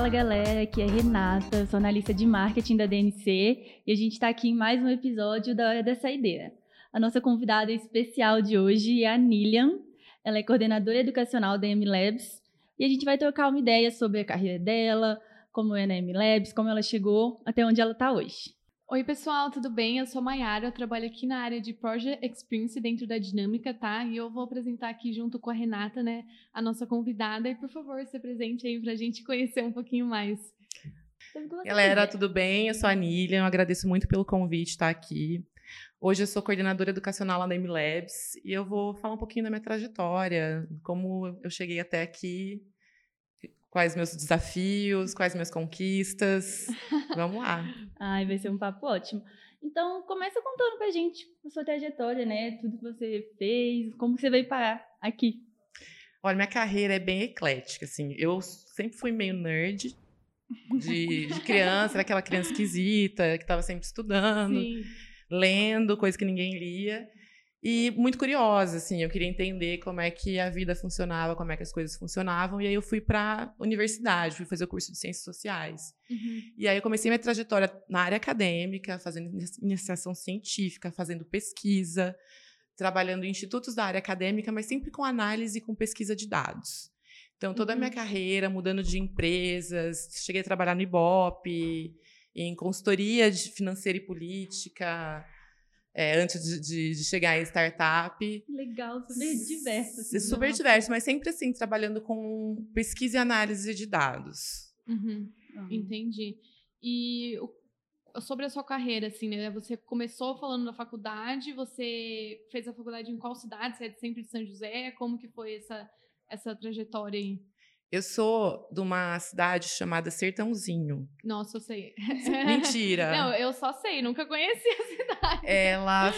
galera, aqui é Renata, sou analista de marketing da DNC e a gente está aqui em mais um episódio da Hora da Saideira. A nossa convidada especial de hoje é a Nilian, ela é coordenadora educacional da M-Labs e a gente vai trocar uma ideia sobre a carreira dela, como é na M-Labs, como ela chegou até onde ela está hoje. Oi, pessoal, tudo bem? Eu sou a Mayara, eu trabalho aqui na área de Project Experience dentro da Dinâmica, tá? E eu vou apresentar aqui junto com a Renata, né, a nossa convidada. E, por favor, se apresente aí pra gente conhecer um pouquinho mais. Galera, tudo bem? Eu sou a Nilian, eu agradeço muito pelo convite de estar aqui. Hoje eu sou coordenadora educacional lá na M-Labs e eu vou falar um pouquinho da minha trajetória, como eu cheguei até aqui, quais meus desafios, quais minhas conquistas. Vamos lá. Ai, vai ser um papo ótimo. Então, começa contando pra gente a sua trajetória, né? Tudo que você fez, como você veio parar aqui. Olha, minha carreira é bem eclética, assim. Eu sempre fui meio nerd de criança, era aquela criança esquisita, que estava sempre estudando, Sim. lendo, coisa que ninguém lia. E muito curiosa, assim, eu queria entender como é que a vida funcionava, como é que as coisas funcionavam, e aí eu fui para a universidade, fui fazer o curso de Ciências Sociais. Uhum. E aí eu comecei minha trajetória na área acadêmica, fazendo iniciação científica, fazendo pesquisa, trabalhando em institutos da área acadêmica, mas sempre com análise e com pesquisa de dados. Então, toda a minha carreira, mudando de empresas, cheguei a trabalhar no Ibope, em consultoria financeira e política, antes de chegar em startup. Legal, super diverso. Assim, super diverso, mas sempre assim, trabalhando com pesquisa e análise de dados. Uhum. Entendi. E sobre a sua carreira, assim, né? Você começou falando da faculdade, você fez a faculdade em qual cidade? Você é sempre de São José? Como que foi essa trajetória aí? Eu sou de uma cidade chamada Sertãozinho. Nossa, eu sei. Mentira. Não, eu só sei, nunca conheci a cidade. Ela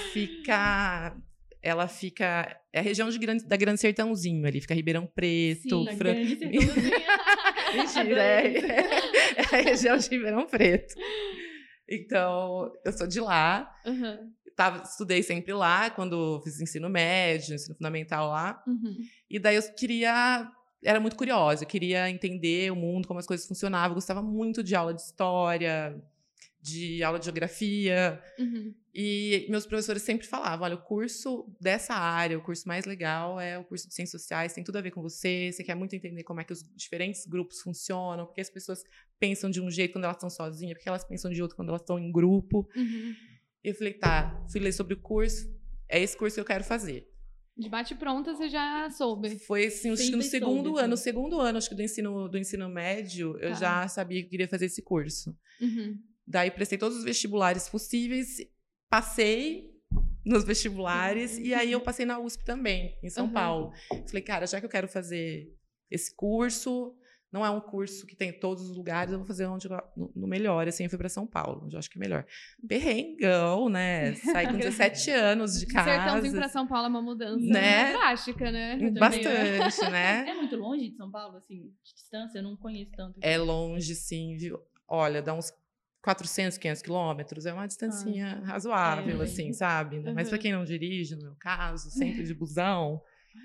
fica... É a região da Grande Sertãozinho ali. Fica Ribeirão Preto. Sim, Grande Sertãozinho. Mentira, é a região de Ribeirão Preto. Então, eu sou de lá. Uhum. Estudei sempre lá, quando fiz ensino médio, ensino fundamental lá. Uhum. E daí eu era muito curiosa, eu queria entender o mundo, como as coisas funcionavam. Eu gostava muito de aula de história, de aula de geografia. Uhum. E meus professores sempre falavam, olha, o curso dessa área, o curso mais legal é o curso de Ciências Sociais, tem tudo a ver com você quer muito entender como é que os diferentes grupos funcionam, porque as pessoas pensam de um jeito quando elas estão sozinhas, porque elas pensam de outro quando elas estão em grupo. Uhum. Eu falei, tá, fui ler sobre o curso, é esse curso que eu quero fazer. De bate-pronta você já soube? Foi assim, acho que no segundo ano, acho que do ensino médio, eu já sabia que eu queria fazer esse curso. Uhum. Daí prestei todos os vestibulares possíveis, passei nos vestibulares e aí eu passei na USP também, em São Paulo. Falei, cara, já que eu quero fazer esse curso, não é um curso que tem em todos os lugares, eu vou fazer no melhor, assim, eu fui para São Paulo, eu acho que é melhor. Perrengão, né? Saí com 17 anos de casa. Sertãozinho para São Paulo é uma mudança drástica, né? Bastante, né? É muito longe de São Paulo, assim, de distância? Eu não conheço tanto. É longe, sim, viu? Olha, dá uns 400, 500 quilômetros, é uma distancinha razoável, assim, sabe? Mas para quem não dirige, no meu caso, sempre de busão.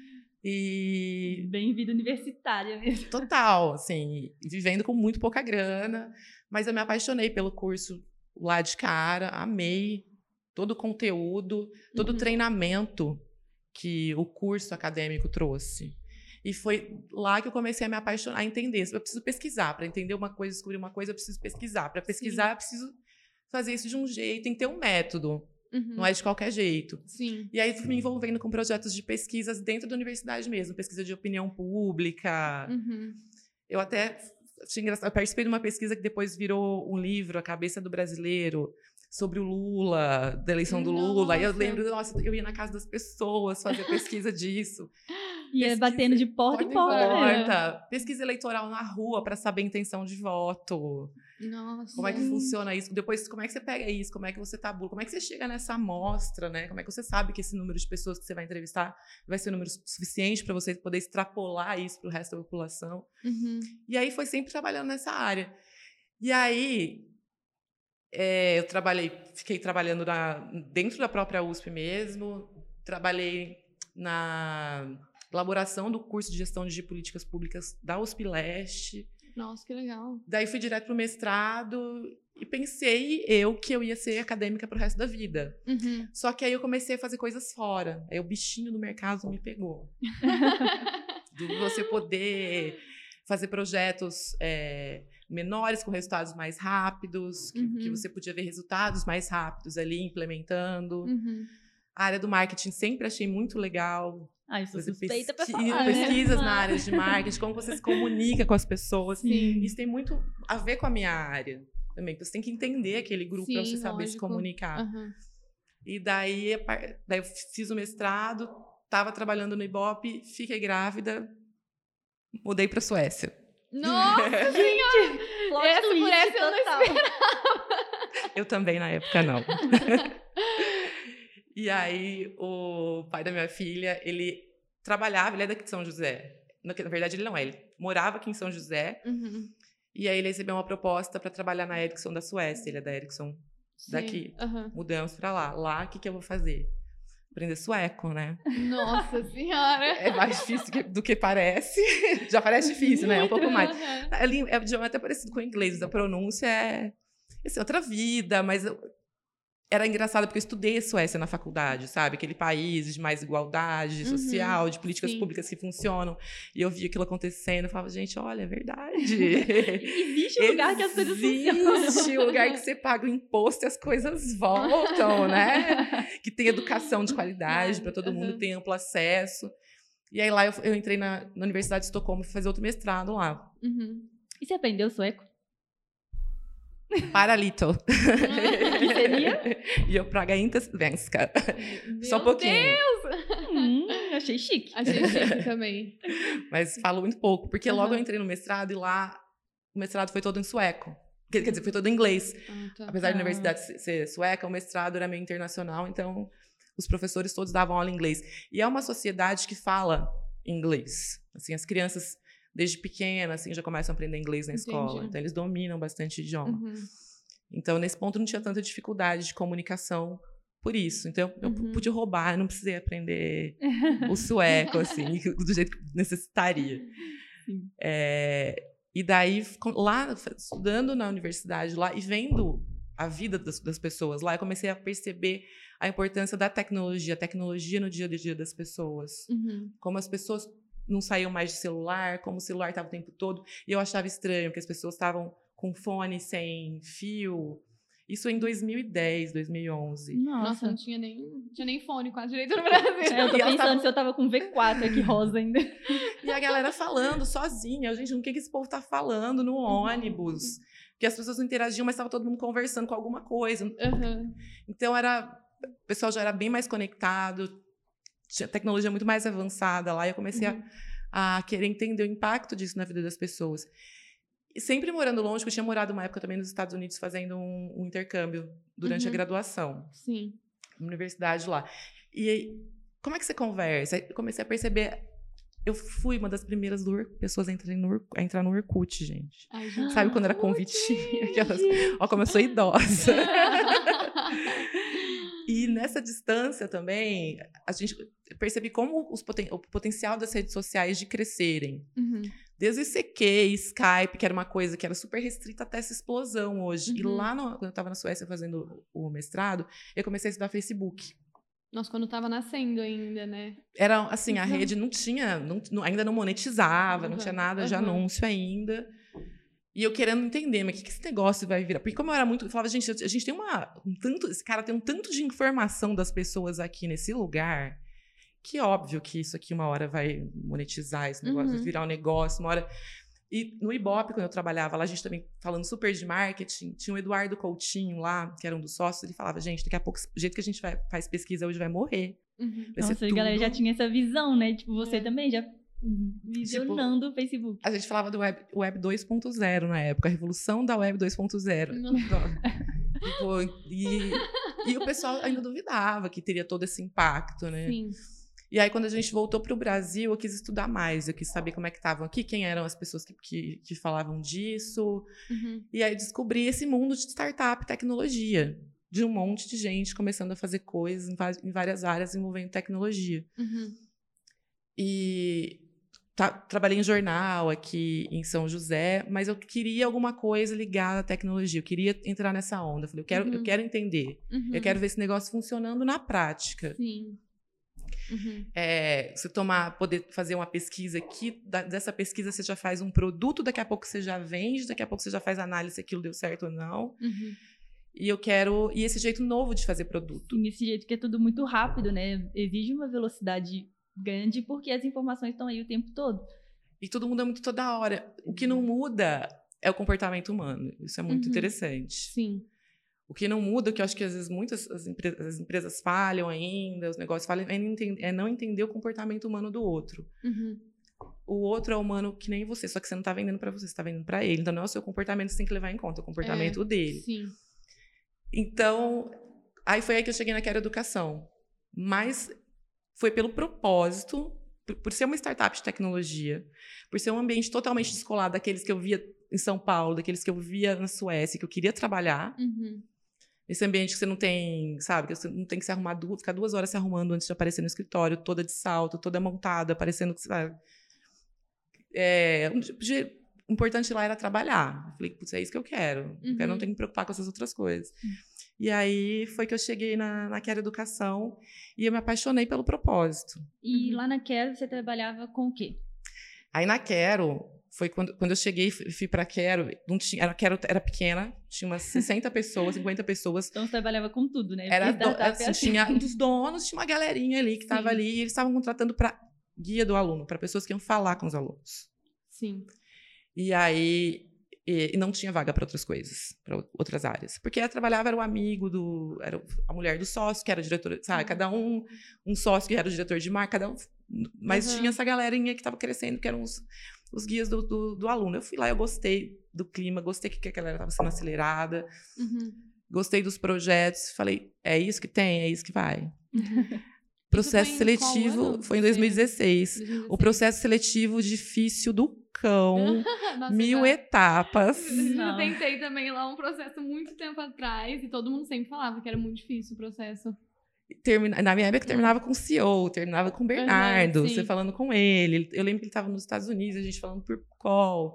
E... Bem vida universitária mesmo. Total, assim, vivendo com muito pouca grana, mas eu me apaixonei pelo curso lá de cara, amei todo o conteúdo, todo o treinamento que o curso acadêmico trouxe. E foi lá que eu comecei a me apaixonar, a entender. Eu preciso pesquisar. Para entender uma coisa, descobrir uma coisa, eu preciso pesquisar. Para pesquisar, eu preciso fazer isso de um jeito, tem que ter um método. Não é de qualquer jeito. Sim. E aí fui me envolvendo com projetos de pesquisas dentro da universidade mesmo, pesquisa de opinião pública. Eu até achei engraçado, eu participei de uma pesquisa que depois virou um livro, A Cabeça do Brasileiro, sobre o Lula, da eleição do Lula. E eu lembro, nossa, eu ia na casa das pessoas fazer pesquisa disso. Ia batendo de porta em porta. Pesquisa eleitoral na rua para saber a intenção de voto. Nossa. Como é que funciona isso? Depois, como é que você pega isso? Como é que você tabula? Como é que você chega nessa amostra, né? Como é que você sabe que esse número de pessoas que você vai entrevistar vai ser um número suficiente para você poder extrapolar isso para o resto da população? E aí foi sempre trabalhando nessa área. E aí eu fiquei trabalhando dentro da própria USP mesmo, trabalhei na elaboração do curso de gestão de políticas públicas da USP Leste. Nossa, que legal. Daí fui direto pro mestrado e pensei que eu ia ser acadêmica pro resto da vida. Só que aí eu comecei a fazer coisas fora. Aí o bichinho do mercado me pegou. De você poder fazer projetos menores com resultados mais rápidos, que você podia ver resultados mais rápidos ali implementando. A área do marketing sempre achei muito legal. Eu sou suspeita pra falar, pesquisas na área de marketing, como você se comunica com as pessoas. Sim. Isso tem muito a ver com a minha área também. Você tem que entender aquele grupo para você saber se comunicar. E daí eu fiz o mestrado, estava trabalhando no Ibope, fiquei grávida, mudei para a Suécia. Nossa Senhora! Por essa eu não esperava. Eu também, na época, não. E aí, o pai da minha filha, ele trabalhava, ele é daqui de São José. Na verdade, ele não é, ele morava aqui em São José. E aí, ele recebeu uma proposta para trabalhar na Ericsson da Suécia. Ele é da Ericsson daqui. Mudamos para lá. Lá, o que eu vou fazer? Aprender sueco, né? Nossa Senhora! É mais difícil do que parece. Já parece difícil, né? Um pouco mais. É um idioma até parecido com o inglês. A pronúncia é outra vida, mas era engraçado porque eu estudei a Suécia na faculdade, sabe? Aquele país de mais igualdade social, de políticas públicas que funcionam. E eu via aquilo acontecendo e falava, gente, olha, é verdade. Existe um lugar que as coisas funcionam. Existe um lugar que você paga o imposto e as coisas voltam, né? Que tem educação de qualidade para todo mundo, tem amplo acesso. E aí lá eu entrei na Universidade de Estocolmo para fazer outro mestrado lá. E você aprendeu sueco? Para lito. Que seria? E eu praga inte svenska. Só um pouquinho. Achei chique. Achei chique também. Mas falo muito pouco, porque logo eu entrei no mestrado e lá o mestrado foi todo em sueco. Quer dizer, foi todo em inglês. Apesar da universidade ser sueca, o mestrado era meio internacional, então os professores todos davam aula em inglês. E é uma sociedade que fala inglês. Assim, as crianças desde pequena, assim, já começam a aprender inglês na escola. Então, eles dominam bastante o idioma. Então, nesse ponto, não tinha tanta dificuldade de comunicação por isso. Então, eu pude roubar, eu não precisei aprender o sueco, assim, do jeito que necessitaria. E daí, lá, estudando na universidade lá e vendo a vida das pessoas lá, eu comecei a perceber a importância da tecnologia, a tecnologia no dia a dia das pessoas. Como as pessoas não saíam mais de celular, como o celular estava o tempo todo. E eu achava estranho que as pessoas estavam com fone sem fio. Isso em 2010, 2011. Nossa, não tinha nem fone quase direito no Brasil. Eu tô pensando se eu tava com V4 aqui rosa ainda. E a galera falando sozinha. Gente, o que esse povo tá falando no ônibus? Porque as pessoas não interagiam, mas estava todo mundo conversando com alguma coisa. Então, o pessoal já era bem mais conectado, tinha tecnologia muito mais avançada lá, e eu comecei a querer entender o impacto disso na vida das pessoas. E sempre morando longe, porque eu tinha morado uma época também nos Estados Unidos fazendo um intercâmbio durante a graduação. Na universidade lá. E aí, como é que você conversa? Aí eu comecei a perceber. Eu fui uma das primeiras pessoas a entrar no Orkut, gente. Ai, gente. Sabe quando era convitinha? Ó, como eu sou idosa. E nessa distância também, a gente percebe como o potencial das redes sociais de crescerem. Desde o ICQ, Skype, que era uma coisa que era super restrita até essa explosão hoje. E lá, quando eu estava na Suécia fazendo o mestrado, eu comecei a estudar Facebook. Nossa, quando estava nascendo ainda, né? Era assim, a rede não tinha, ainda não monetizava, não tinha nada de anúncio ainda. E eu querendo entender, mas o que esse negócio vai virar? Porque como eu era muito... Eu falava, gente, a gente tem esse cara tem um tanto de informação das pessoas aqui nesse lugar, que óbvio que isso aqui uma hora vai monetizar esse negócio, vai virar um negócio, uma hora... E no Ibope, quando eu trabalhava lá, a gente também falando super de marketing, tinha o Eduardo Coutinho lá, que era um dos sócios, ele falava, gente, daqui a pouco, o jeito que a gente faz pesquisa hoje vai morrer. Nossa, a galera já tinha essa visão, né? Tipo, você também já... visionando o Facebook. A gente falava do Web 2.0 na época, a revolução da Web 2.0. E o pessoal ainda duvidava que teria todo esse impacto, né? Sim. E aí, quando a gente voltou para o Brasil, eu quis estudar mais, eu quis saber como é que estavam aqui, quem eram as pessoas que falavam disso. E aí descobri esse mundo de startup, tecnologia, de um monte de gente começando a fazer coisas em várias áreas envolvendo tecnologia. E trabalhei em jornal aqui em São José, mas eu queria alguma coisa ligada à tecnologia. Eu queria entrar nessa onda. Eu falei, eu quero entender. Eu quero ver esse negócio funcionando na prática. Sim. Você poder fazer uma pesquisa aqui, dessa pesquisa você já faz um produto, daqui a pouco você já vende, daqui a pouco você já faz análise se aquilo deu certo ou não. E eu quero... E esse jeito novo de fazer produto. Sim, esse jeito que é tudo muito rápido, né? Exige uma velocidade grande porque as informações estão aí o tempo todo. E tudo muda muito toda hora. O que não muda é o comportamento humano. Isso é muito interessante. Sim. O que não muda, que eu acho que às vezes muitas as empresas falham ainda, os negócios falham, é não entender o comportamento humano do outro. O outro é humano que nem você, só que você não está vendendo para você está vendendo para ele. Então não é o seu comportamento que você tem que levar em conta, é o comportamento dele. Sim. Então, foi aí que eu cheguei na Quero Educação. Mas foi pelo propósito, por ser uma startup de tecnologia, por ser um ambiente totalmente descolado daqueles que eu via em São Paulo, daqueles que eu via na Suécia, que eu queria trabalhar. Esse ambiente que você não tem, sabe, que você não tem que se arrumar, ficar 2 horas se arrumando antes de aparecer no escritório, toda de salto, toda montada, parecendo que, sabe... O importante lá era trabalhar. Eu falei, putz, é isso que eu quero. Eu não tenho que me preocupar com essas outras coisas. E aí foi que eu cheguei na Quero Educação e eu me apaixonei pelo propósito. E lá na Quero você trabalhava com o quê? Aí na Quero, foi quando eu cheguei, fui pra Quero, não tinha, a Quero era pequena, tinha umas 60 pessoas, 50 pessoas. Então você trabalhava com tudo, né? Tinha dos donos, tinha uma galerinha ali que estava ali e eles estavam contratando para guia do aluno, para pessoas que iam falar com os alunos. Sim. E aí... E não tinha vaga para outras coisas, para outras áreas. Porque eu trabalhava, era o amigo era a mulher do sócio, que era diretor, sabe? Cada um sócio que era o diretor de marca, cada um. Mas tinha essa galerinha que estava crescendo, que eram os guias do aluno. Eu fui lá, eu gostei do clima, gostei que a galera estava sendo acelerada, gostei dos projetos, falei, é isso que tem, é isso que vai. Processo seletivo foi em 2016. O processo seletivo difícil do cão, Nossa, 1000 etapas. Eu tentei também lá um processo muito tempo atrás e todo mundo sempre falava que era muito difícil o processo. Na minha época terminava com o CEO, terminava com o Bernardo, você falando com ele. Eu lembro que ele estava nos Estados Unidos, a gente falando por call.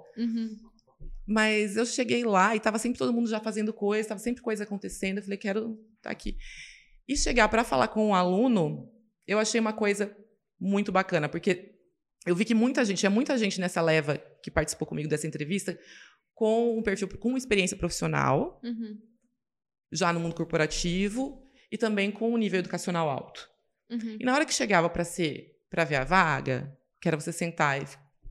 Mas eu cheguei lá e estava sempre todo mundo já fazendo coisa, estava sempre coisa acontecendo. Eu falei, quero estar aqui. E chegar para falar com um aluno, eu achei uma coisa muito bacana, porque eu vi que tinha muita gente nessa leva que participou comigo dessa entrevista com um perfil, com uma experiência profissional, já no mundo corporativo, e também com um nível educacional alto. E na hora que chegava para ver a vaga, que era você sentar e...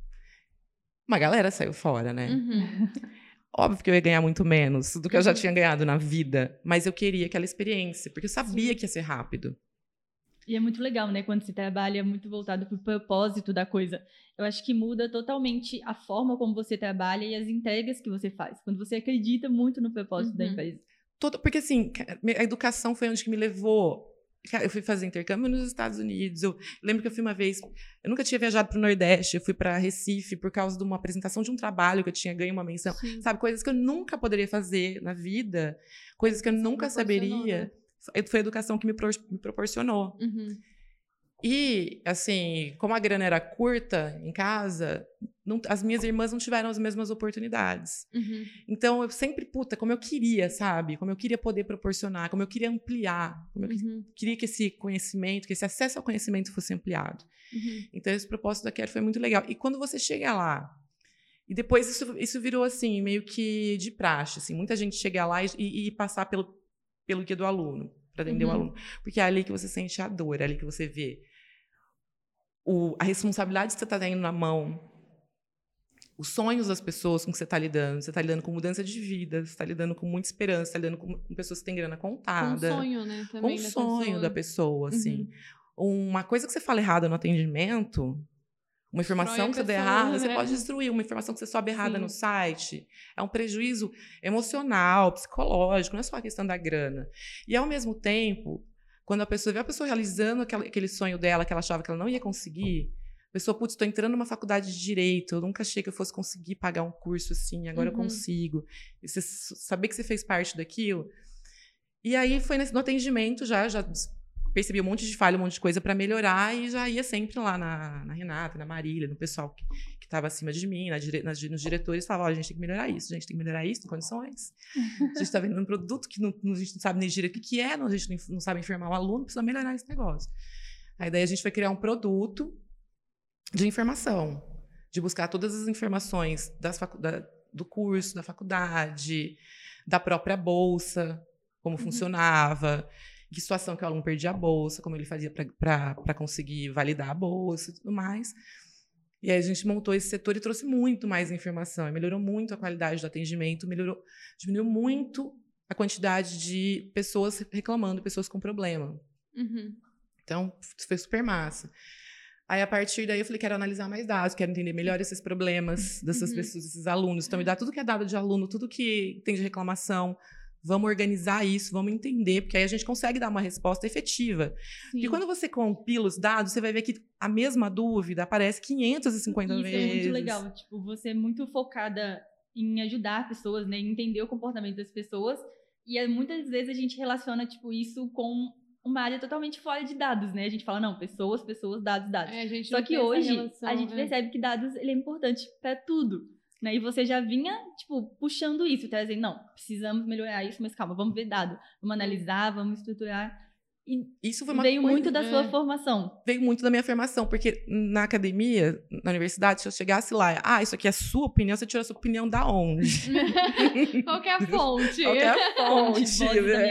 Uma galera saiu fora, né? Óbvio que eu ia ganhar muito menos do que eu já tinha ganhado na vida, mas eu queria aquela experiência, porque eu sabia que ia ser rápido. E é muito legal, né? Quando se trabalha muito voltado para o propósito da coisa. Eu acho que muda totalmente a forma como você trabalha e as entregas que você faz. Quando você acredita muito no propósito da empresa. Porque, assim, a educação foi onde que me levou... Eu fui fazer intercâmbio nos Estados Unidos. Eu lembro que eu fui uma vez... Eu nunca tinha viajado para o Nordeste. Eu fui para Recife por causa de uma apresentação de um trabalho que eu tinha ganho uma menção. Sabe? Coisas que eu nunca poderia fazer na vida. Coisas que eu nunca saberia... Né? Foi a educação que me proporcionou. E, assim, como a grana era curta em casa, as minhas irmãs não tiveram as mesmas oportunidades. Então, eu sempre, como eu queria, sabe? Como eu queria poder proporcionar, como eu queria ampliar, como eu queria que esse conhecimento, que esse acesso ao conhecimento fosse ampliado. Então, esse propósito da Quero foi muito legal. E quando você chega lá, e depois isso virou, assim, meio que de praxe, assim, muita gente chega lá e passar pelo guia do aluno, para atender o aluno. Porque é ali que você sente a dor, é ali que você vê a responsabilidade que você está tendo na mão, os sonhos das pessoas com que você está lidando. Você está lidando com mudança de vida, você está lidando com muita esperança, você está lidando com pessoas que têm grana contada. Com o sonho, né? Também com o sonho da pessoa, assim. Uma coisa que você fala errada no atendimento... Uma informação que você der errada, você pode destruir. Uma informação que você sobe errada no site. É um prejuízo emocional, psicológico, não é só a questão da grana. E, ao mesmo tempo, quando a pessoa vê a pessoa realizando aquele sonho dela, que ela achava que ela não ia conseguir, a pessoa, putz, estou entrando numa faculdade de Direito, eu nunca achei que eu fosse conseguir pagar um curso assim, agora eu consigo. E você saber que você fez parte daquilo. E aí, foi no atendimento, já percebia um monte de falha, um monte de coisa para melhorar e já ia sempre lá na Renata, na Marília, no pessoal que estava acima de mim, nos diretores, falava, a gente tem que melhorar isso, a gente tem que melhorar isso, tem condições. A gente está vendendo um produto que a gente não sabe nem direito o que é, a gente não sabe informar o aluno, precisa melhorar esse negócio. Aí daí a gente foi criar um produto de informação, de buscar todas as informações do curso, da faculdade, da própria bolsa, como funcionava, em que situação que o aluno perdia a bolsa, como ele fazia para conseguir validar a bolsa e tudo mais. E aí a gente montou esse setor e trouxe muito mais informação, e melhorou muito a qualidade do atendimento, diminuiu muito a quantidade de pessoas reclamando, pessoas com problema. Então, foi super massa. Aí, a partir daí, eu falei, quero analisar mais dados, quero entender melhor esses problemas dessas pessoas, desses alunos. Então, me dá tudo que é dado de aluno, tudo que tem de reclamação. Vamos organizar isso, vamos entender, porque aí a gente consegue dar uma resposta efetiva. Sim. Porque quando você compila os dados, você vai ver que a mesma dúvida aparece 550 vezes. Isso é muito legal. Tipo, você é muito focada em ajudar pessoas, né? Em entender o comportamento das pessoas. E muitas vezes a gente relaciona, tipo, isso com uma área totalmente fora de dados, né? A gente fala, não, pessoas, dados. Só que hoje, a gente percebe que dados, ele é importante para tudo. Né? E você já vinha, tipo, puxando isso, trazendo, não, precisamos melhorar isso, mas calma, vamos ver dado, vamos analisar, vamos estruturar. E isso foi veio muito da sua formação. Veio muito da minha formação, porque na academia, na universidade, se eu chegasse lá, isso aqui é a sua opinião, você tirou a sua opinião da onde? Qual que é a fonte? Qual que é a fonte?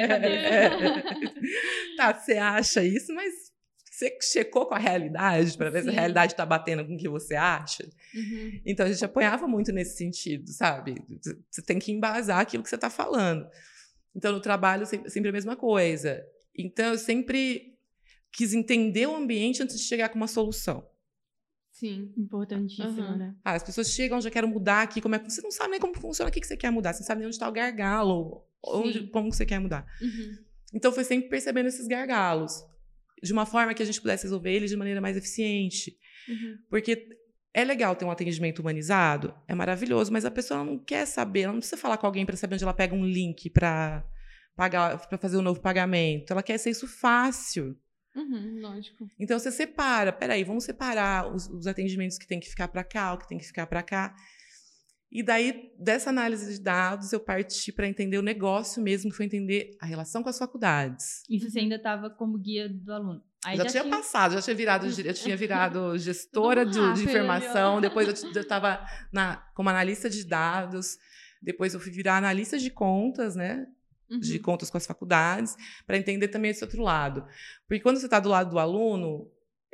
Tá, você acha isso, mas você checou com a realidade para ver se a realidade está batendo com o que você acha? Então, a gente apoiava muito nesse sentido, sabe? Você tem que embasar aquilo que você está falando. Então, no trabalho, sempre a mesma coisa. Então, eu sempre quis entender o ambiente antes de chegar com uma solução. Sim, importantíssimo, né? As pessoas chegam, já quero mudar aqui, como é que você não sabe nem como funciona, o que você quer mudar, você não sabe nem onde está o gargalo, como você quer mudar. Então, foi sempre percebendo esses gargalos, de uma forma que a gente pudesse resolver eles de maneira mais eficiente. Porque é legal ter um atendimento humanizado, é maravilhoso, mas a pessoa não quer saber, ela não precisa falar com alguém para saber onde ela pega um link para fazer um novo pagamento. Ela quer ser isso fácil. Lógico. Então, você separa. Peraí, vamos separar os atendimentos que tem que ficar para cá, o que tem que ficar para cá. E daí, dessa análise de dados, eu parti para entender o negócio mesmo, que foi entender a relação com as faculdades. Isso você ainda estava como guia do aluno? Aí já tinha passado, eu tinha virado gestora de informação, depois eu estava como analista de dados, depois eu fui virar analista de contas, né? De contas com as faculdades, para entender também esse outro lado. Porque quando você está do lado do aluno,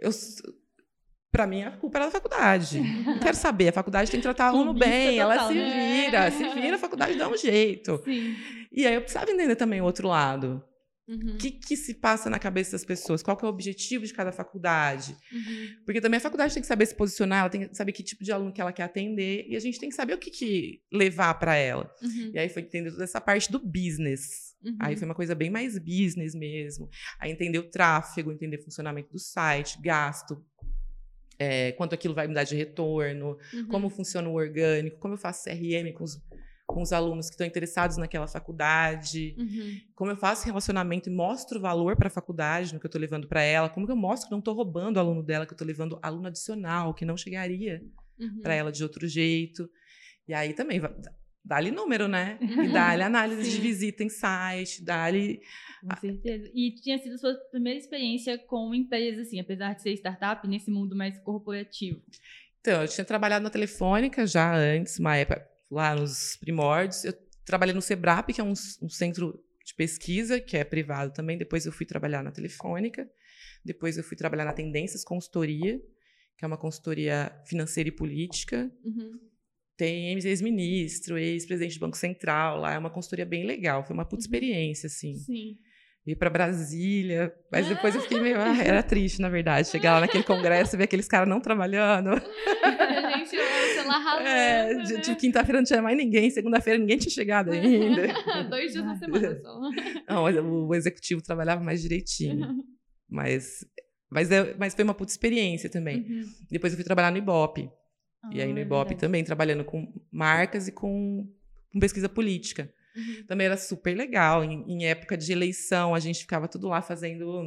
para mim, a culpa era da faculdade. Não quero saber, a faculdade tem que tratar o aluno bem, ela se vira, a faculdade dá um jeito. Sim. E aí eu precisava entender também o outro lado. O que se passa na cabeça das pessoas? Qual que é o objetivo de cada faculdade? Porque também a faculdade tem que saber se posicionar, ela tem que saber que tipo de aluno que ela quer atender, e a gente tem que saber o que levar para ela. E aí foi entender toda essa parte do business. Aí foi uma coisa bem mais business mesmo. Aí entender o tráfego, entender o funcionamento do site, gasto, quanto aquilo vai me dar de retorno, como funciona o orgânico, como eu faço CRM com os alunos que estão interessados naquela faculdade, como eu faço relacionamento e mostro valor para a faculdade no que eu estou levando para ela, como que eu mostro que não estou roubando o aluno dela, que eu estou levando aluno adicional, que não chegaria para ela de outro jeito. E aí também dá-lhe número, né? E dá-lhe análise de visita em site, dá-lhe... Com certeza. E tinha sido a sua primeira experiência com empresas, assim, apesar de ser startup, nesse mundo mais corporativo? Então, eu tinha trabalhado na Telefônica já antes, uma época lá nos primórdios. Eu trabalhei no Sebrap, que é um centro de pesquisa, que é privado também. Depois eu fui trabalhar na Telefônica. Depois eu fui trabalhar na Tendências Consultoria, que é uma consultoria financeira e política. Tem ex-ministro, ex-presidente do Banco Central lá. É uma consultoria bem legal. Foi uma puta experiência, assim. Sim. Ir para Brasília. Mas depois eu fiquei meio... era triste, na verdade. Chegar lá naquele congresso e ver aqueles caras não trabalhando. A gente lá ralando, né? Tipo, quinta-feira não tinha mais ninguém. Segunda-feira ninguém tinha chegado ainda. 2 dias na semana só. Não, o executivo trabalhava mais direitinho. Mas foi uma puta experiência também. Depois eu fui trabalhar no Ibope. E aí no Ibope também, trabalhando com marcas e com pesquisa política. Também era super legal. Em época de eleição, a gente ficava tudo lá fazendo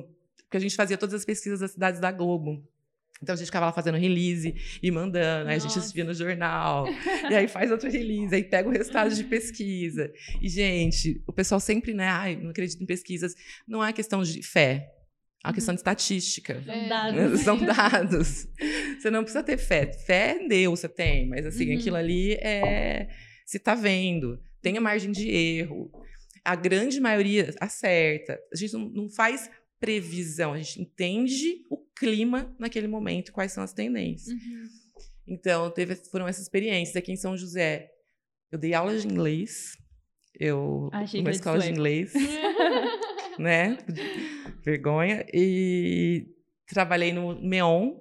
Porque a gente fazia todas as pesquisas das cidades da Globo. Então, a gente ficava lá fazendo release e mandando, aí a gente assistia no jornal, e aí faz outro release, aí pega o resultado de pesquisa. E, gente, o pessoal sempre, né, ai, não acredito em pesquisas. Não é questão de fé, é uma questão de estatística. São dados. São dados. Você não precisa ter fé. Fé em Deus você tem, mas, assim, aquilo ali se tá vendo. Tem a margem de erro. A grande maioria acerta. A gente não faz previsão, a gente entende o clima naquele momento, quais são as tendências. Então, foram essas experiências. Aqui em São José, eu dei aula de inglês, numa escola de inglês, né? Vergonha. E trabalhei no Meon.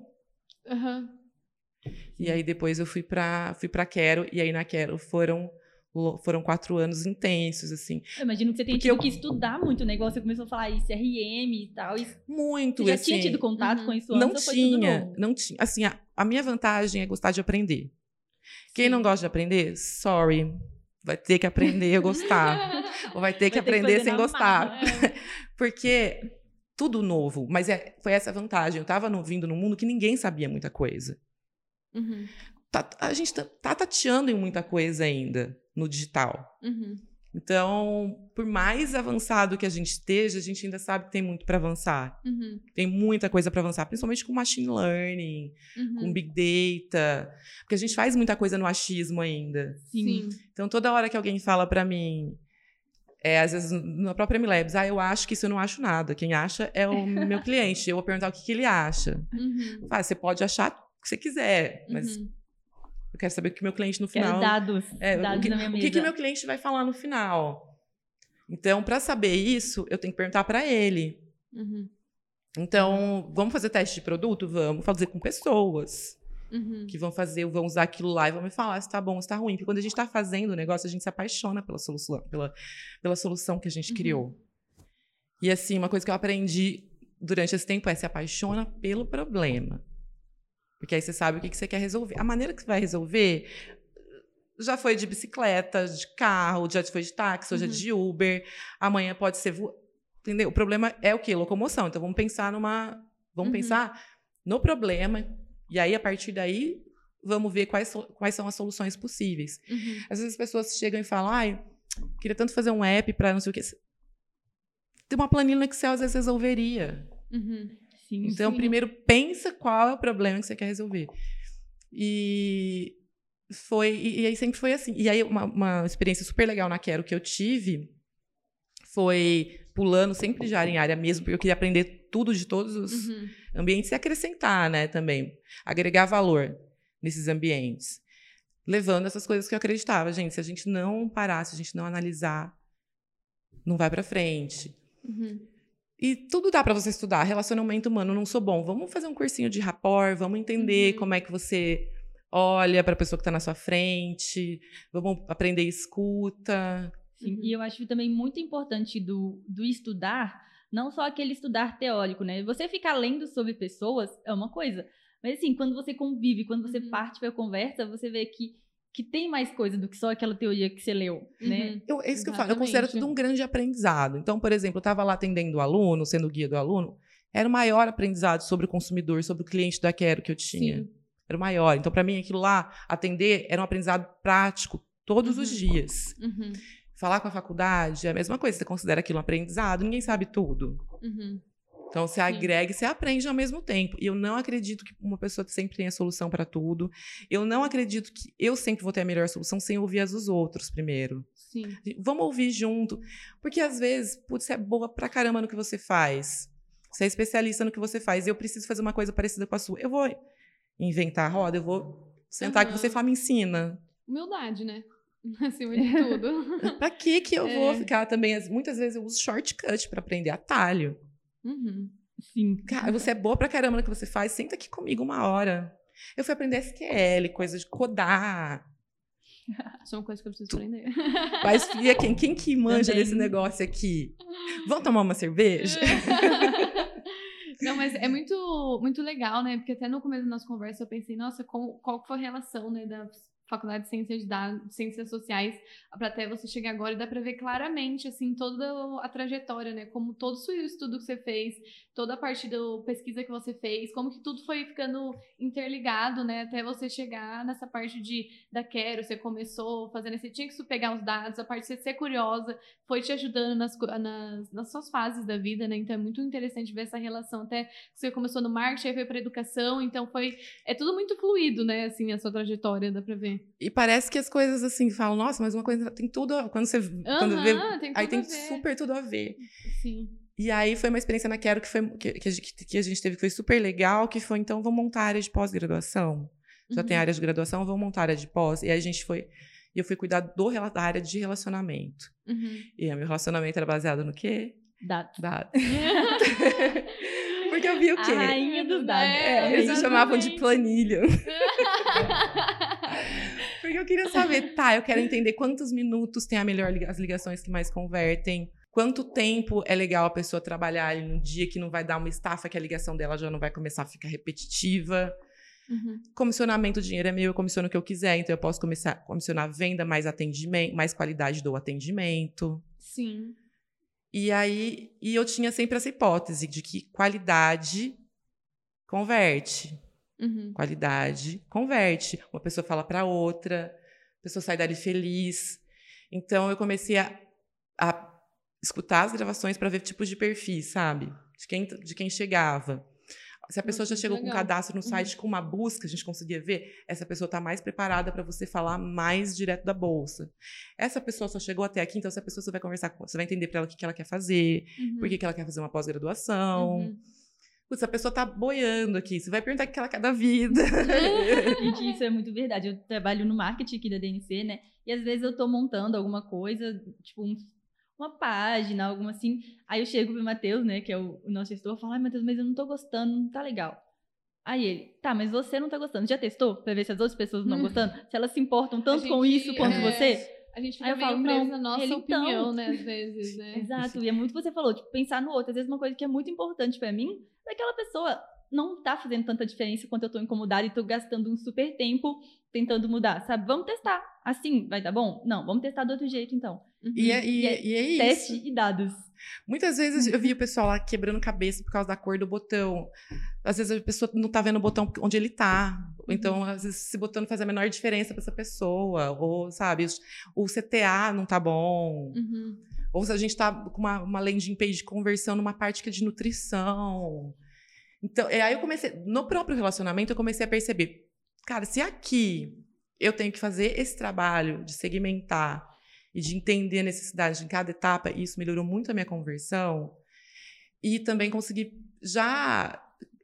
E aí, depois eu fui pra Quero, e aí na Quero foram 4 anos intensos, assim. Eu imagino que você tenha tido que estudar muito o negócio. Você começou a falar ICRM e tal. Muito, você já assim, tinha tido contato com isso antes? Não ou foi tudo novo? Não tinha. Assim, a minha vantagem é gostar de aprender. Quem não gosta de aprender, sorry. Vai ter que aprender a gostar. Ou vai ter que aprender sem gostar. Porque tudo novo. Mas foi essa a vantagem. Eu estava vindo num mundo que ninguém sabia muita coisa. A gente tá tateando em muita coisa ainda no digital. Então, por mais avançado que a gente esteja, a gente ainda sabe que tem muito para avançar. Tem muita coisa para avançar, principalmente com machine learning, com big data, porque a gente faz muita coisa no achismo ainda. Sim. Então, toda hora que alguém fala para mim, às vezes na própria MLabs, eu acho que isso, eu não acho nada. Quem acha é o meu cliente. Eu vou perguntar o que ele acha. Você pode achar o que você quiser, mas eu quero saber o que meu cliente no final... Quero dados na minha mesa. O que meu cliente vai falar no final. Então, para saber isso, eu tenho que perguntar para ele. Então, vamos fazer teste de produto? Vamos fazer com pessoas que vão usar aquilo lá e vão me falar se tá bom ou se tá ruim. Porque quando a gente tá fazendo o negócio, a gente se apaixona pela solução que a gente criou. E, assim, uma coisa que eu aprendi durante esse tempo se apaixona pelo problema. Porque aí você sabe o que você quer resolver. A maneira que você vai resolver já foi de bicicleta, de carro, já foi de táxi, hoje é de Uber. Amanhã pode ser... Entendeu? O problema é o quê? Locomoção. Então, vamos pensar pensar no problema. E aí, a partir daí, vamos ver quais são as soluções possíveis. Às vezes, as pessoas chegam e falam, queria tanto fazer um app para não sei o quê. Tem uma planilha no Excel, às vezes, resolveria. Sim, então, primeiro, pensa qual é o problema que você quer resolver. E aí sempre foi assim. E aí, uma experiência super legal na Quero que eu tive foi pulando sempre já em área mesmo, porque eu queria aprender tudo de todos os ambientes e acrescentar, né, também. Agregar valor nesses ambientes. Levando essas coisas que eu acreditava. Gente, se a gente não parar, se a gente não analisar, não vai para frente. E tudo dá para você estudar. Relacionamento humano, não sou bom. Vamos fazer um cursinho de rapport, vamos entender como é que você olha para a pessoa que está na sua frente, vamos aprender escuta. Sim, e eu acho também muito importante do estudar, não só aquele estudar teórico, né? Você ficar lendo sobre pessoas é uma coisa, mas assim, quando você convive, quando você parte para a conversa, você vê que tem mais coisa do que só aquela teoria que você leu, né? É isso que eu falo, eu considero tudo um grande aprendizado. Então, por exemplo, eu estava lá atendendo o aluno, sendo guia do aluno, era o maior aprendizado sobre o consumidor, sobre o cliente da Quero que eu tinha. Sim. Era o maior. Então, para mim, aquilo lá, atender, era um aprendizado prático, todos os dias. Falar com a faculdade é a mesma coisa, você considera aquilo um aprendizado, ninguém sabe tudo. Então, você agrega e você aprende ao mesmo tempo. E eu não acredito que uma pessoa sempre tenha solução para tudo. Eu não acredito que eu sempre vou ter a melhor solução sem ouvir as dos outros primeiro. Sim. Vamos ouvir junto. Porque, às vezes, você é boa pra caramba no que você faz. Você é especialista no que você faz. E eu preciso fazer uma coisa parecida com a sua. Eu vou inventar a roda, eu vou sentar com você e falar, me ensina. Humildade, né? Acima de tudo. Pra que eu vou ficar também... Muitas vezes eu uso shortcut para aprender atalho. Sim. Cara, você é boa pra caramba no que você faz, senta aqui comigo uma hora. Eu fui aprender SQL, coisa de codar. Isso é uma coisa que eu preciso aprender. Mas, filha, quem que manja desse negócio aqui? Vamos tomar uma cerveja? Não, mas é muito, muito legal, né? Porque até no começo da nossa conversa eu pensei, nossa, qual foi a relação, né, da faculdade de ciências de dados, ciências sociais, para até você chegar agora, e dá para ver claramente, assim, toda a trajetória, né? Como todo o estudo que você fez, toda a parte da pesquisa que você fez, como que tudo foi ficando interligado, né? Até você chegar nessa parte da Quero, você começou fazendo, você tinha que pegar os dados, a parte de você ser curiosa, foi te ajudando nas suas fases da vida, né? Então é muito interessante ver essa relação, até você começou no marketing, aí foi para educação, então é tudo muito fluido, né? Assim, a sua trajetória, dá para ver. E parece que as coisas assim, falam, nossa, mas uma coisa tem tudo, quando você quando vê, aí tem super tudo a ver. Sim. E aí foi uma experiência na Quero que a gente teve que foi super legal, que foi, então, vamos montar a área de pós-graduação. Já tem área de graduação, vamos montar a área de pós. E aí eu fui cuidar da área de relacionamento. E o meu relacionamento era baseado no quê? Dados. Porque eu vi o quê? A rainha dos dados. Eles me chamavam de planilha. Porque eu queria saber, eu quero entender quantos minutos tem as ligações que mais convertem, quanto tempo é legal a pessoa trabalhar ali no dia que não vai dar uma estafa, que a ligação dela já não vai começar a ficar repetitiva. Comissionamento, o dinheiro é meu, eu comissiono o que eu quiser, então eu posso começar a comissionar venda, mais atendimento, mais qualidade do atendimento. Sim. E aí, eu tinha sempre essa hipótese de que qualidade converte. Qualidade converte. Uma pessoa fala para outra, a pessoa sai dali feliz. Então, eu comecei a escutar as gravações para ver tipos de perfis, sabe? De quem chegava. Se a pessoa já chegou com um cadastro no site com uma busca, a gente conseguia ver, essa pessoa está mais preparada para você falar mais direto da bolsa. Essa pessoa só chegou até aqui, então essa pessoa você vai conversar com, você vai entender para ela o que ela quer fazer, por que ela quer fazer uma pós-graduação. Putz, a pessoa tá boiando aqui, você vai perguntar o que ela quer da vida. Gente, isso é muito verdade. Eu trabalho no marketing aqui da DNC, né? E às vezes eu tô montando alguma coisa, tipo uma página, alguma assim. Aí eu chego pro Matheus, né, que é o nosso gestor, e falo, ai, Matheus, mas eu não tô gostando, não tá legal. Aí ele, tá, mas você não tá gostando. Já testou pra ver se as outras pessoas não estão gostando? Se elas se importam tanto com isso quanto você? A gente Aí fica meio preso na nossa opinião, né, às vezes, né? Exato, e é muito o que você falou, tipo, pensar no outro. Às vezes uma coisa que é muito importante pra mim, daquela pessoa não tá fazendo tanta diferença quanto eu tô incomodada e tô gastando um super tempo tentando mudar, sabe? Vamos testar. Assim, vai dar bom? Não, vamos testar do outro jeito, então. E é isso. Teste e dados. Muitas vezes eu vi o pessoal lá quebrando cabeça por causa da cor do botão. Às vezes a pessoa não tá vendo o botão onde ele tá. Ou então, às vezes, esse botão não faz a menor diferença para essa pessoa. Ou, sabe, o CTA não tá bom. Ou se a gente tá com uma landing page de conversão numa parte que é de nutrição. Então, aí eu comecei, no próprio relacionamento, eu comecei a perceber, cara, se aqui eu tenho que fazer esse trabalho de segmentar e de entender a necessidade de cada etapa, e isso melhorou muito a minha conversão, e também consegui já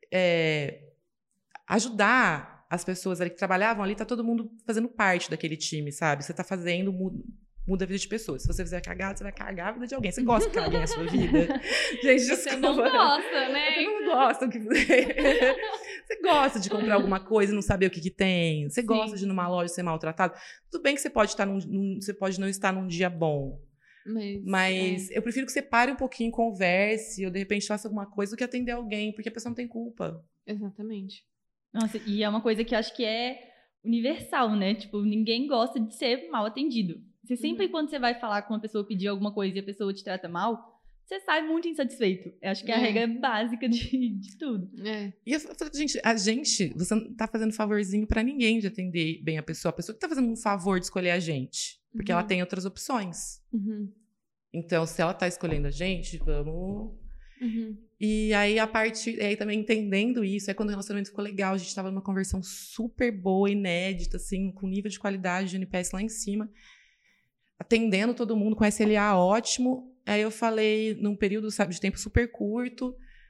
ajudar as pessoas ali que trabalhavam ali, tá todo mundo fazendo parte daquele time, sabe? Você tá fazendo, muda a vida de pessoas. Se você fizer cagada, você vai cagar a vida de alguém. Você gosta que caguem a sua vida? Gente, você desculpa. não gosta, né? Você não gosta. Você gosta de comprar alguma coisa e não saber o que tem. Você gosta de ir numa loja e ser maltratado. Tudo bem que você pode você pode não estar num dia bom. Mas eu prefiro que você pare um pouquinho, converse, ou de repente faça alguma coisa do que atender alguém, porque a pessoa não tem culpa. Exatamente. Nossa, e é uma coisa que eu acho que é universal, né? Tipo, ninguém gosta de ser mal atendido. Você sempre, quando você vai falar com uma pessoa, pedir alguma coisa e a pessoa te trata mal, você sai muito insatisfeito. Eu acho que é a regra básica de tudo. E eu falo, gente, você não tá fazendo favorzinho pra ninguém de atender bem a pessoa. A pessoa que tá fazendo um favor de escolher a gente. Porque ela tem outras opções. Então, se ela tá escolhendo a gente, vamos... E aí, aí também entendendo isso, aí quando o relacionamento ficou legal, a gente tava numa conversão super boa, inédita, assim, com nível de qualidade de NPS lá em cima, atendendo todo mundo com SLA ótimo. Aí eu falei, num período, sabe, de tempo super curto,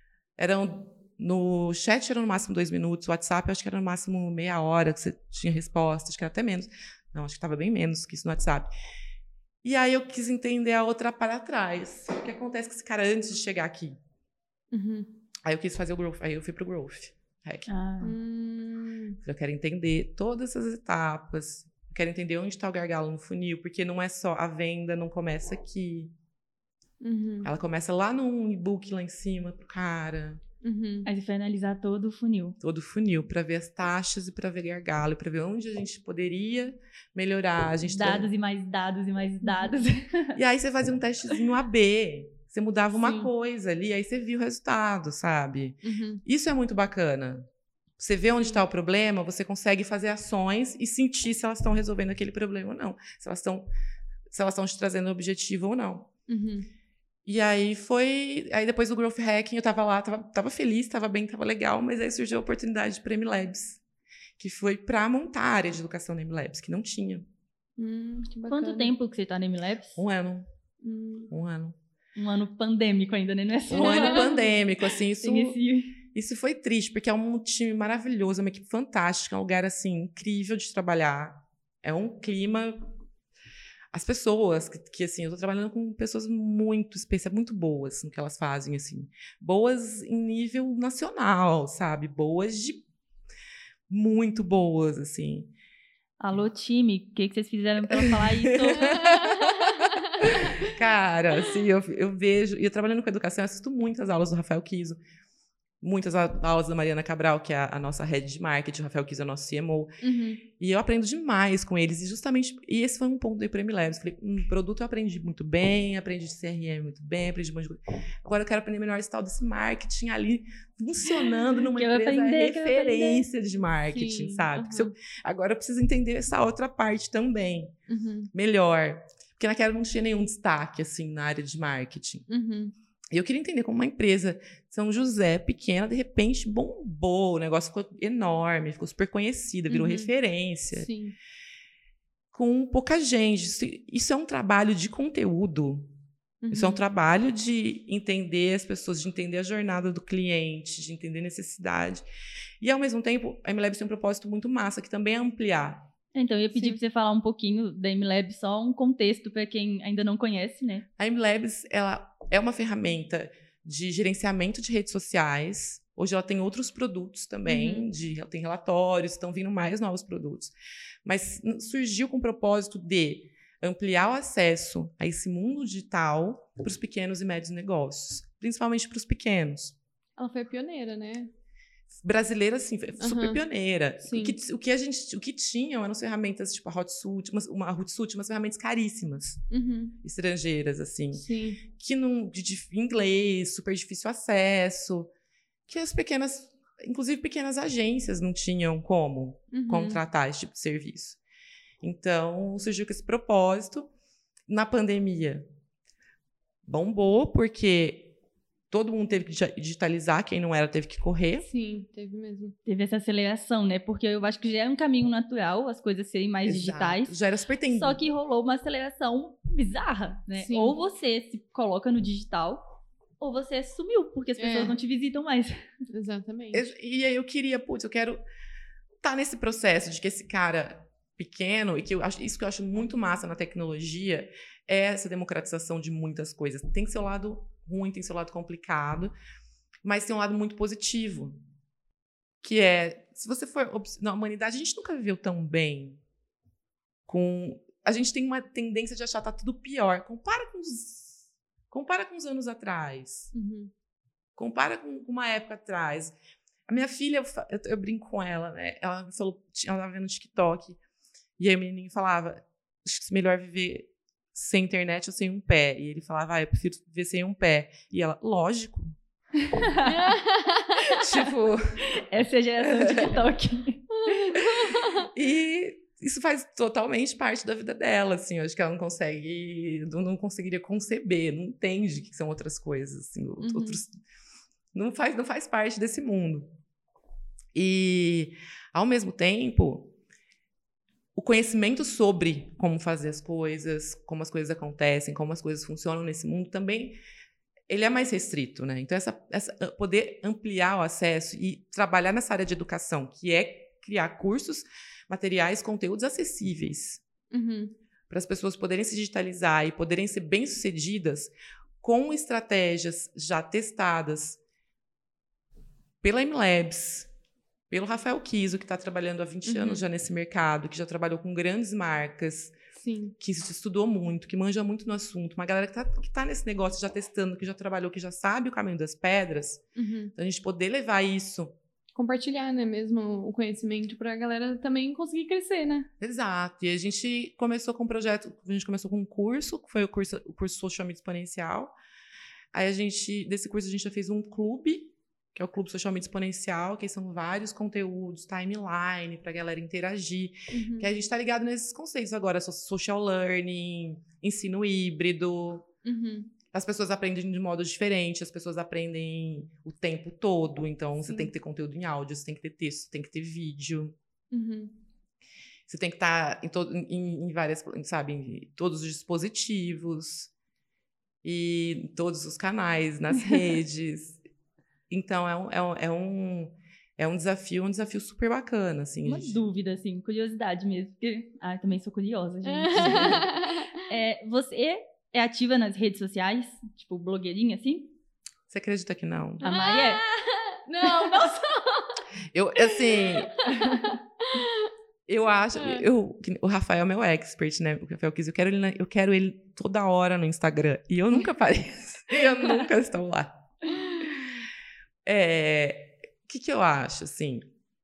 no chat era no máximo 2 minutos, o WhatsApp eu acho que era no máximo meia hora que você tinha resposta, acho que era até menos. Não, acho que estava bem menos que isso no WhatsApp. E aí eu quis entender a outra para trás. O que acontece com esse cara antes de chegar aqui? Aí eu quis fazer o Growth, aí eu fui pro Growth Hack. Eu quero entender todas essas etapas, eu quero entender onde está o gargalo no funil, porque não é só a venda, não começa aqui. Ela começa lá no e-book lá em cima pro cara. Aí você foi analisar todo o funil. Todo o funil, para ver as taxas e para ver gargalo, para ver onde a gente poderia melhorar. A gente dados e mais dados e mais dados. E aí você fazia um testezinho AB. Você mudava uma Sim. coisa ali, aí você via o resultado, sabe? Isso é muito bacana. Você vê onde está o problema, você consegue fazer ações e sentir se elas estão resolvendo aquele problema ou não. Se elas estão te trazendo objetivo ou não. E aí Aí depois do Growth Hacking, eu tava lá, tava feliz, tava bem, tava legal, mas aí surgiu a oportunidade para MLabs, que foi para montar a área de educação na MLabs, que não tinha. Que bacana. Quanto tempo que você tá no MLabs? 1 ano. 1 ano. Um ano pandêmico ainda, né? Não é só... Um ano pandêmico, assim, Tem isso foi triste, porque é um time maravilhoso, é uma equipe fantástica, é um lugar, assim, incrível de trabalhar. É um clima... As pessoas, que assim, eu tô trabalhando com pessoas muito especiais, muito boas no que elas fazem, assim. Boas em nível nacional, sabe? Muito boas, assim. Alô, time, o que vocês fizeram pra ela falar isso? Cara, assim, eu vejo... E eu trabalhando com educação, eu assisto muitas aulas do Rafael Kiso. Muitas aulas da Mariana Cabral, que é a nossa head de marketing, o Rafael Kiso é o nosso CMO. E eu aprendo demais com eles. E esse foi um ponto do MLabs. Falei, produto eu aprendi muito bem, aprendi de CRM muito bem, aprendi de um monte de coisa. Agora eu quero aprender melhor esse tal desse marketing ali, funcionando numa empresa referência de marketing, sabe? Agora eu preciso entender essa outra parte também, melhor. Porque naquela não tinha nenhum destaque, assim, na área de marketing. E eu queria entender como uma empresa São José, pequena, de repente bombou, o negócio ficou enorme, ficou super conhecida, virou referência. Sim. Com pouca gente. Isso é um trabalho de conteúdo. Isso é um trabalho de entender as pessoas, de entender a jornada do cliente, de entender a necessidade. E, ao mesmo tempo, a MLabs tem um propósito muito massa, que também é ampliar. Então, eu ia pedir para você falar um pouquinho da MLabs, só um contexto para quem ainda não conhece, né? A MLabs, ela é uma ferramenta de gerenciamento de redes sociais. Hoje ela tem outros produtos também, ela tem relatórios, estão vindo mais novos produtos. Mas surgiu com o propósito de ampliar o acesso a esse mundo digital para os pequenos e médios negócios, principalmente para os pequenos. Ela foi pioneira, né? Brasileira, assim, super pioneira. Sim. O que tinham eram ferramentas tipo a Hootsuite, umas ferramentas caríssimas, estrangeiras, assim. Sim. Que de inglês, super difícil acesso, que as pequenas, inclusive pequenas agências, não tinham como contratar esse tipo de serviço. Então, surgiu com esse propósito. Na pandemia, bombou, porque todo mundo teve que digitalizar, quem não era teve que correr. Sim, teve mesmo. Teve essa aceleração, né? Porque eu acho que já é um caminho natural as coisas serem mais digitais. Já era super tendido. Só que rolou uma aceleração bizarra, né? Sim. Ou você se coloca no digital, ou você sumiu, porque as pessoas não te visitam mais. Exatamente. E aí eu quero estar nesse processo de que esse cara pequeno, e que isso que eu acho muito massa na tecnologia, é essa democratização de muitas coisas. Tem seu lado ruim, tem seu lado complicado, mas tem um lado muito positivo, que é, se você for na humanidade, a gente nunca viveu tão bem. A gente tem uma tendência de achar que tá tudo pior. Compara com os anos atrás. Compara com uma época atrás. A minha filha, eu brinco com ela, né? Ela falou, ela estava vendo TikTok, e aí o menininho falava, acho que é melhor viver sem internet ou sem um pé. E ele falava, eu prefiro viver sem um pé. E ela, lógico. Tipo... Essa é a geração TikTok. E isso faz totalmente parte da vida dela, assim. Eu acho que ela não conseguiria conceber, não entende que são outras coisas, assim. Não faz parte desse mundo. E, ao mesmo tempo, o conhecimento sobre como fazer as coisas, como as coisas acontecem, como as coisas funcionam nesse mundo, também ele é mais restrito, né? Então, poder ampliar o acesso e trabalhar nessa área de educação, que é criar cursos, materiais, conteúdos acessíveis para as pessoas poderem se digitalizar e poderem ser bem-sucedidas com estratégias já testadas pela MLabs, pelo Rafael Kiso, que está trabalhando há 20 anos já nesse mercado, que já trabalhou com grandes marcas, Sim. que estudou muito, que manja muito no assunto, uma galera que tá nesse negócio já testando, que já trabalhou, que já sabe o caminho das pedras, então a gente poder levar isso. Compartilhar, né, mesmo o conhecimento pra galera também conseguir crescer, né? Exato. E a gente começou com um projeto, a gente começou com um curso, que foi o curso Social Media Exponencial. Aí desse curso a gente já fez um clube, que é o Clube Social Media Exponencial, que são vários conteúdos, timeline, pra galera interagir. Que a gente tá ligado nesses conceitos agora, social learning, ensino híbrido. As pessoas aprendem de modo diferente, as pessoas aprendem o tempo todo. Então, você tem que ter conteúdo em áudio, você tem que ter texto, você tem que ter vídeo. Você tem que estar em várias, sabe, em todos os dispositivos e todos os canais, nas redes. Então, é um desafio super bacana, assim. Uma dúvida, assim, curiosidade mesmo, porque eu também sou curiosa, gente. Você é ativa nas redes sociais? Tipo, blogueirinha, assim? Você acredita que não? A Mari é? Não sou. Eu, assim... Eu acho... O Rafael é meu expert, né? O Rafael Kiss, eu quero ele toda hora no Instagram. E eu nunca apareço. Eu nunca estou lá. O que eu acho, assim?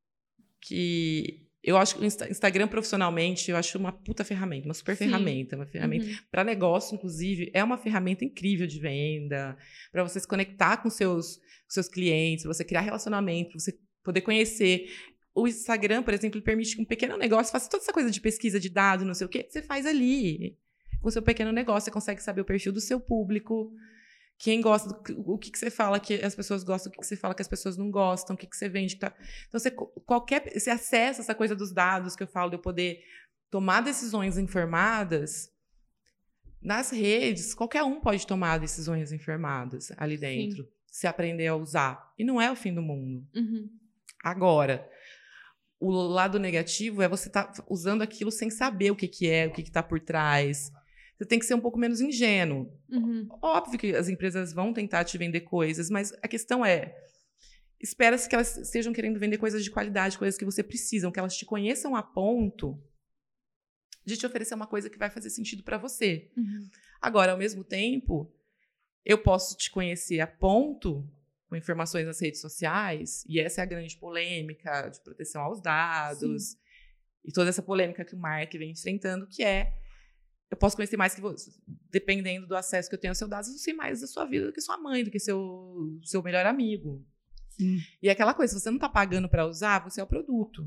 Que eu acho que o Instagram, profissionalmente, eu acho uma puta ferramenta, uma super ferramenta. Uma ferramenta para negócio, inclusive, é uma ferramenta incrível de venda, para você se conectar com seus clientes, para você criar relacionamento, para você poder conhecer. O Instagram, por exemplo, permite que um pequeno negócio faça toda essa coisa de pesquisa de dados, não sei o quê, você faz ali. Com o seu pequeno negócio, você consegue saber o perfil do seu público, quem gosta, o que você fala que as pessoas gostam, o que você fala que as pessoas não gostam, o que você vende. Então, você acessa essa coisa dos dados que eu falo, de eu poder tomar decisões informadas. Nas redes, qualquer um pode tomar decisões informadas ali dentro, se aprender a usar. E não é o fim do mundo. Agora, o lado negativo é você estar usando aquilo sem saber o que é, o que está por trás. Você tem que ser um pouco menos ingênuo. Óbvio que as empresas vão tentar te vender coisas, mas a questão é, espera-se que elas estejam querendo vender coisas de qualidade, coisas que você precisa, que elas te conheçam a ponto de te oferecer uma coisa que vai fazer sentido para você. Agora, ao mesmo tempo, eu posso te conhecer a ponto, com informações nas redes sociais, e essa é a grande polêmica de proteção aos dados, e toda essa polêmica que o Mark vem enfrentando, que é eu posso conhecer mais que você, dependendo do acesso que eu tenho aos seus dados, eu sei mais da sua vida do que sua mãe, do que seu melhor amigo. E é aquela coisa, se você não está pagando para usar, você é o produto.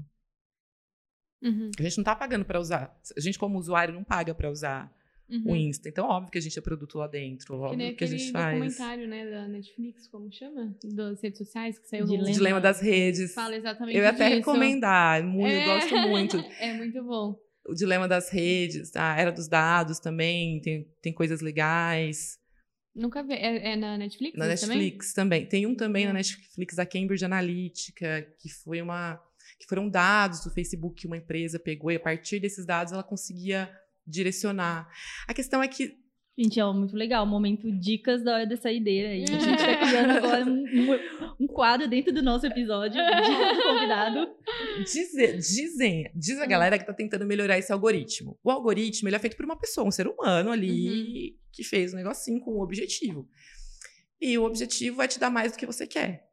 A gente não está pagando para usar. A gente, como usuário, não paga para usar o Insta. Então, óbvio que a gente é produto lá dentro. Óbvio que a gente faz. Documentário, né, da Netflix, como chama? Das redes sociais, que saiu Dilema. no Dilema das redes. Fala exatamente Eu ia até disso. recomendar. Eu gosto muito. É muito bom. O Dilema das Redes, a Era dos Dados também, tem coisas legais. Nunca vi. É na Netflix? Na Netflix também. Tem um também na Netflix, da Cambridge Analytica, que foram dados do Facebook que uma empresa pegou, e a partir desses dados ela conseguia direcionar. A questão é que Gente, muito legal, o momento dicas da hora da saideira aí. A gente tá criando agora um quadro dentro do nosso episódio, dicas do convidado. Diz a galera que tá tentando melhorar esse algoritmo. O algoritmo, ele é feito por uma pessoa, um ser humano ali, que fez um negocinho com um objetivo. E o objetivo vai te dar mais do que você quer.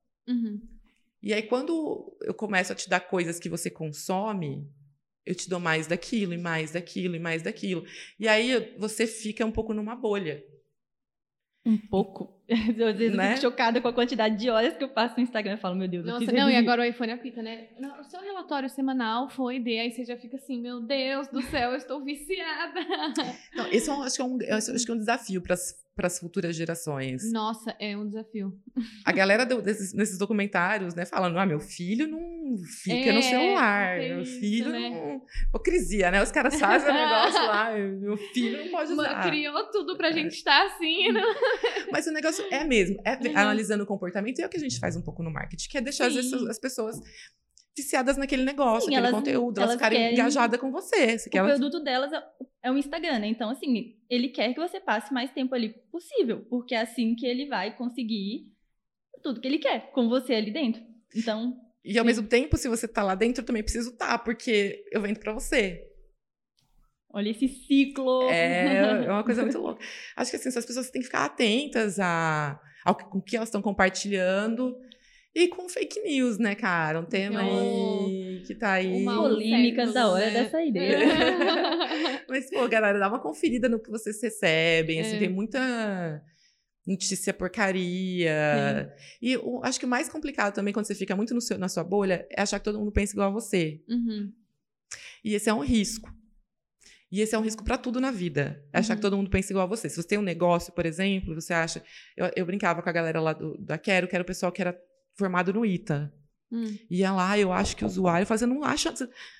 E aí, quando eu começo a te dar coisas que você consome, eu te dou mais daquilo, e mais daquilo, e mais daquilo. E aí, você fica um pouco numa bolha. Um pouco. Às vezes eu fico chocada com a quantidade de horas que eu passo no Instagram. Eu falo, meu Deus, Nossa, não, e agora o iPhone apita, né? Não, o seu relatório semanal foi de... Aí você já fica assim, meu Deus do céu, eu estou viciada. Não, esse acho que é um desafio para as futuras gerações. Nossa, é um desafio. A galera nesses documentários, né, falando, meu filho não fica no celular, meu filho não... Hipocrisia, né? Os caras fazem o negócio lá, meu filho não pode usar. Criou tudo pra gente estar assim, não? Mas o negócio é mesmo, analisando o comportamento, e é o que a gente faz um pouco no marketing, que é deixar às vezes, as pessoas viciadas naquele negócio, aquele conteúdo, elas ficarem engajadas com você. O produto delas é o Instagram, né? Então, assim, ele quer que você passe mais tempo ali possível, porque é assim que ele vai conseguir tudo que ele quer com você ali dentro. Então... E ao mesmo tempo, se você tá lá dentro, eu também preciso estar, porque eu vendo pra você. Olha esse ciclo. É uma coisa muito louca. Acho que assim, as pessoas têm que ficar atentas com que elas estão compartilhando e com fake news, né, cara? Um tema aí que tá aí. Polêmicas da hora da saideira. Mas, pô, galera, dá uma conferida no que vocês recebem. Assim, tem muita notícia porcaria. Sim. E acho que o mais complicado também, quando você fica muito na sua bolha, é achar que todo mundo pensa igual a você. E esse é um risco. E esse é um risco para tudo na vida. Achar que todo mundo pensa igual a você. Se você tem um negócio, por exemplo, você acha... Eu brincava com a galera lá da Quero, que era o pessoal que era formado no ITA. Ia lá, eu acho que o usuário fazendo um acha...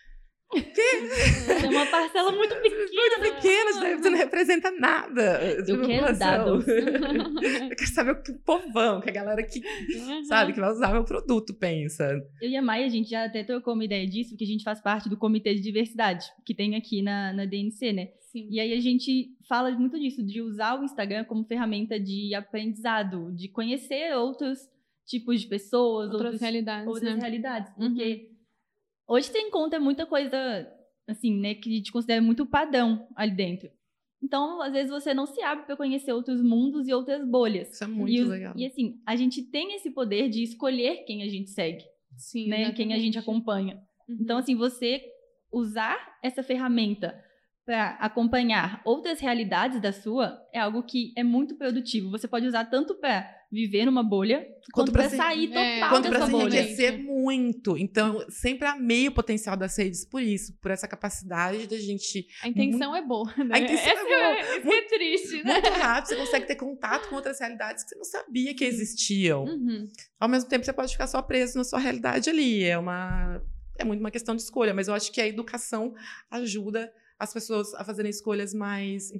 É uma parcela muito pequena. Muito pequena, você não representa nada. Eu quero dados. Eu quero saber o que o povão, que a galera que, sabe, que vai usar meu produto pensa. Eu e a Maia, a gente já até trocou uma ideia disso, porque a gente faz parte do Comitê de Diversidade, que tem aqui na DNC, né? Sim. E aí a gente fala muito disso, de usar o Instagram como ferramenta de aprendizado, de conhecer outros tipos de pessoas, outras realidades, porque hoje você encontra muita coisa, assim, né, que a gente considera muito padrão ali dentro. Então, às vezes, você não se abre para conhecer outros mundos e outras bolhas. Isso é muito legal. E, assim, a gente tem esse poder de escolher quem a gente segue. Sim, né, quem a gente acompanha. Então, assim, você usar essa ferramenta para acompanhar outras realidades da sua é algo que é muito produtivo. Você pode usar tanto para viver numa bolha, quanto para sair total dessa bolha. Quanto para se enriquecer muito. Então, sempre amei o potencial das redes por isso, por essa capacidade da gente... A intenção é boa, né? A intenção é boa. Isso é triste, né? Muito rápido, você consegue ter contato com outras realidades que você não sabia que existiam. Ao mesmo tempo, você pode ficar só preso na sua realidade ali. É muito uma questão de escolha, mas eu acho que a educação ajuda as pessoas a fazerem escolhas mais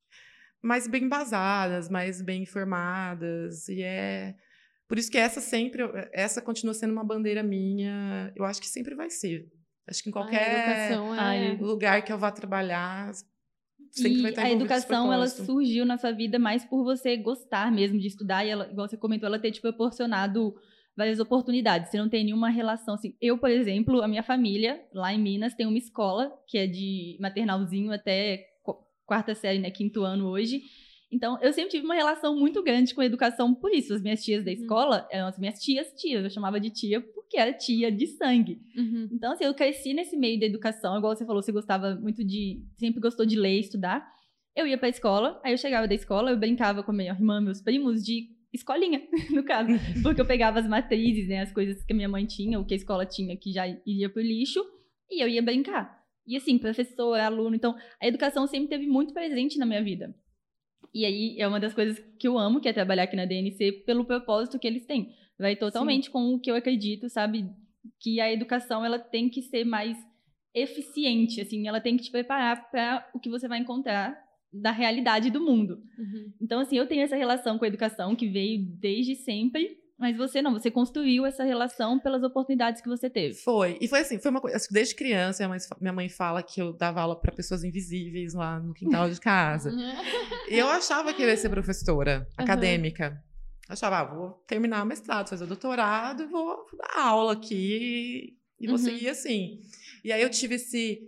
bem embasadas, mais bem informadas. E por isso que essa continua sendo uma bandeira minha. Eu acho que sempre vai ser. Acho que em qualquer lugar que eu vá trabalhar, sempre vai estar envolvido. A educação, ela surgiu na sua vida mais por você gostar mesmo de estudar. E ela, igual você comentou, ela ter te proporcionado várias oportunidades. Você não tem nenhuma relação assim. Eu, por exemplo, a minha família, lá em Minas, tem uma escola que é de maternalzinho até 4ª série, né, 5º ano hoje. Então, eu sempre tive uma relação muito grande com a educação por isso. As minhas tias da escola eram as minhas tias. Eu chamava de tia porque era tia de sangue. Então, assim, eu cresci nesse meio da educação. Igual você falou, você gostava muito sempre gostou de ler e estudar. Eu ia pra escola, aí eu chegava da escola, eu brincava com a minha irmã, meus primos, de escolinha, no caso. Porque eu pegava as matrizes, né, as coisas que a minha mãe tinha, o que a escola tinha, que já iria pro lixo, e eu ia brincar. E assim, professor, aluno, então a educação sempre esteve muito presente na minha vida. E aí é uma das coisas que eu amo, que é trabalhar aqui na DNC pelo propósito que eles têm. Vai totalmente com o que eu acredito, sabe? Que a educação, ela tem que ser mais eficiente, assim, ela tem que te preparar para o que você vai encontrar da realidade do mundo. Então, assim, eu tenho essa relação com a educação que veio desde sempre, mas você não, você construiu essa relação pelas oportunidades que você teve. E foi assim, foi uma coisa, desde criança, minha mãe fala que eu dava aula para pessoas invisíveis lá no quintal de casa. E eu achava que eu ia ser professora acadêmica. Eu achava, vou terminar o mestrado, fazer o doutorado e vou dar aula aqui e vou seguir assim. E aí eu tive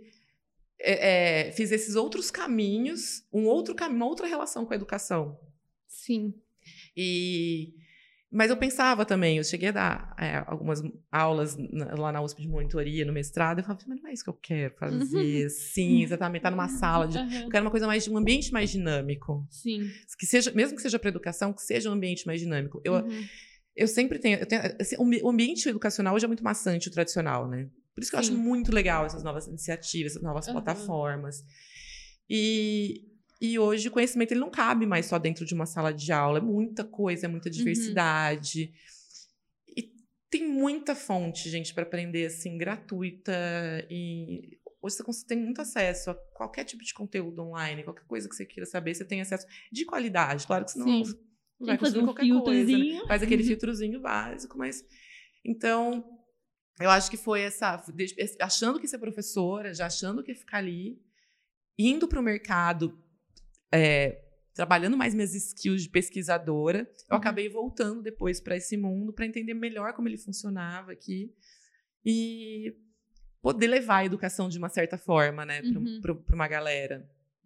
fiz esses outros caminhos, uma outra relação com a educação. Sim. Mas eu pensava também, eu cheguei a dar algumas aulas lá na USP de monitoria, no mestrado, eu falava, mas não é isso que eu quero fazer, sim, exatamente, tá numa sala, eu quero uma coisa um ambiente mais dinâmico. Sim. Mesmo que seja para educação, que seja um ambiente mais dinâmico. Eu sempre tenho assim, o ambiente educacional hoje é muito maçante, o tradicional, né? Por isso que eu acho muito legal essas novas iniciativas, essas novas plataformas. E hoje o conhecimento ele não cabe mais só dentro de uma sala de aula. É muita coisa, é muita diversidade. E tem muita fonte, gente, para aprender, assim, gratuita. E hoje você tem muito acesso a qualquer tipo de conteúdo online, qualquer coisa que você queira saber, você tem acesso de qualidade. Claro que você não vai consumir qualquer coisa. Né? Faz aquele filtrozinho básico, mas... Então... Eu acho que foi achando que ser professora, já achando que ia ficar ali, indo para o mercado, trabalhando mais minhas skills de pesquisadora, eu acabei voltando depois para esse mundo para entender melhor como ele funcionava aqui. E poder levar a educação de uma certa forma, né, para uma galera.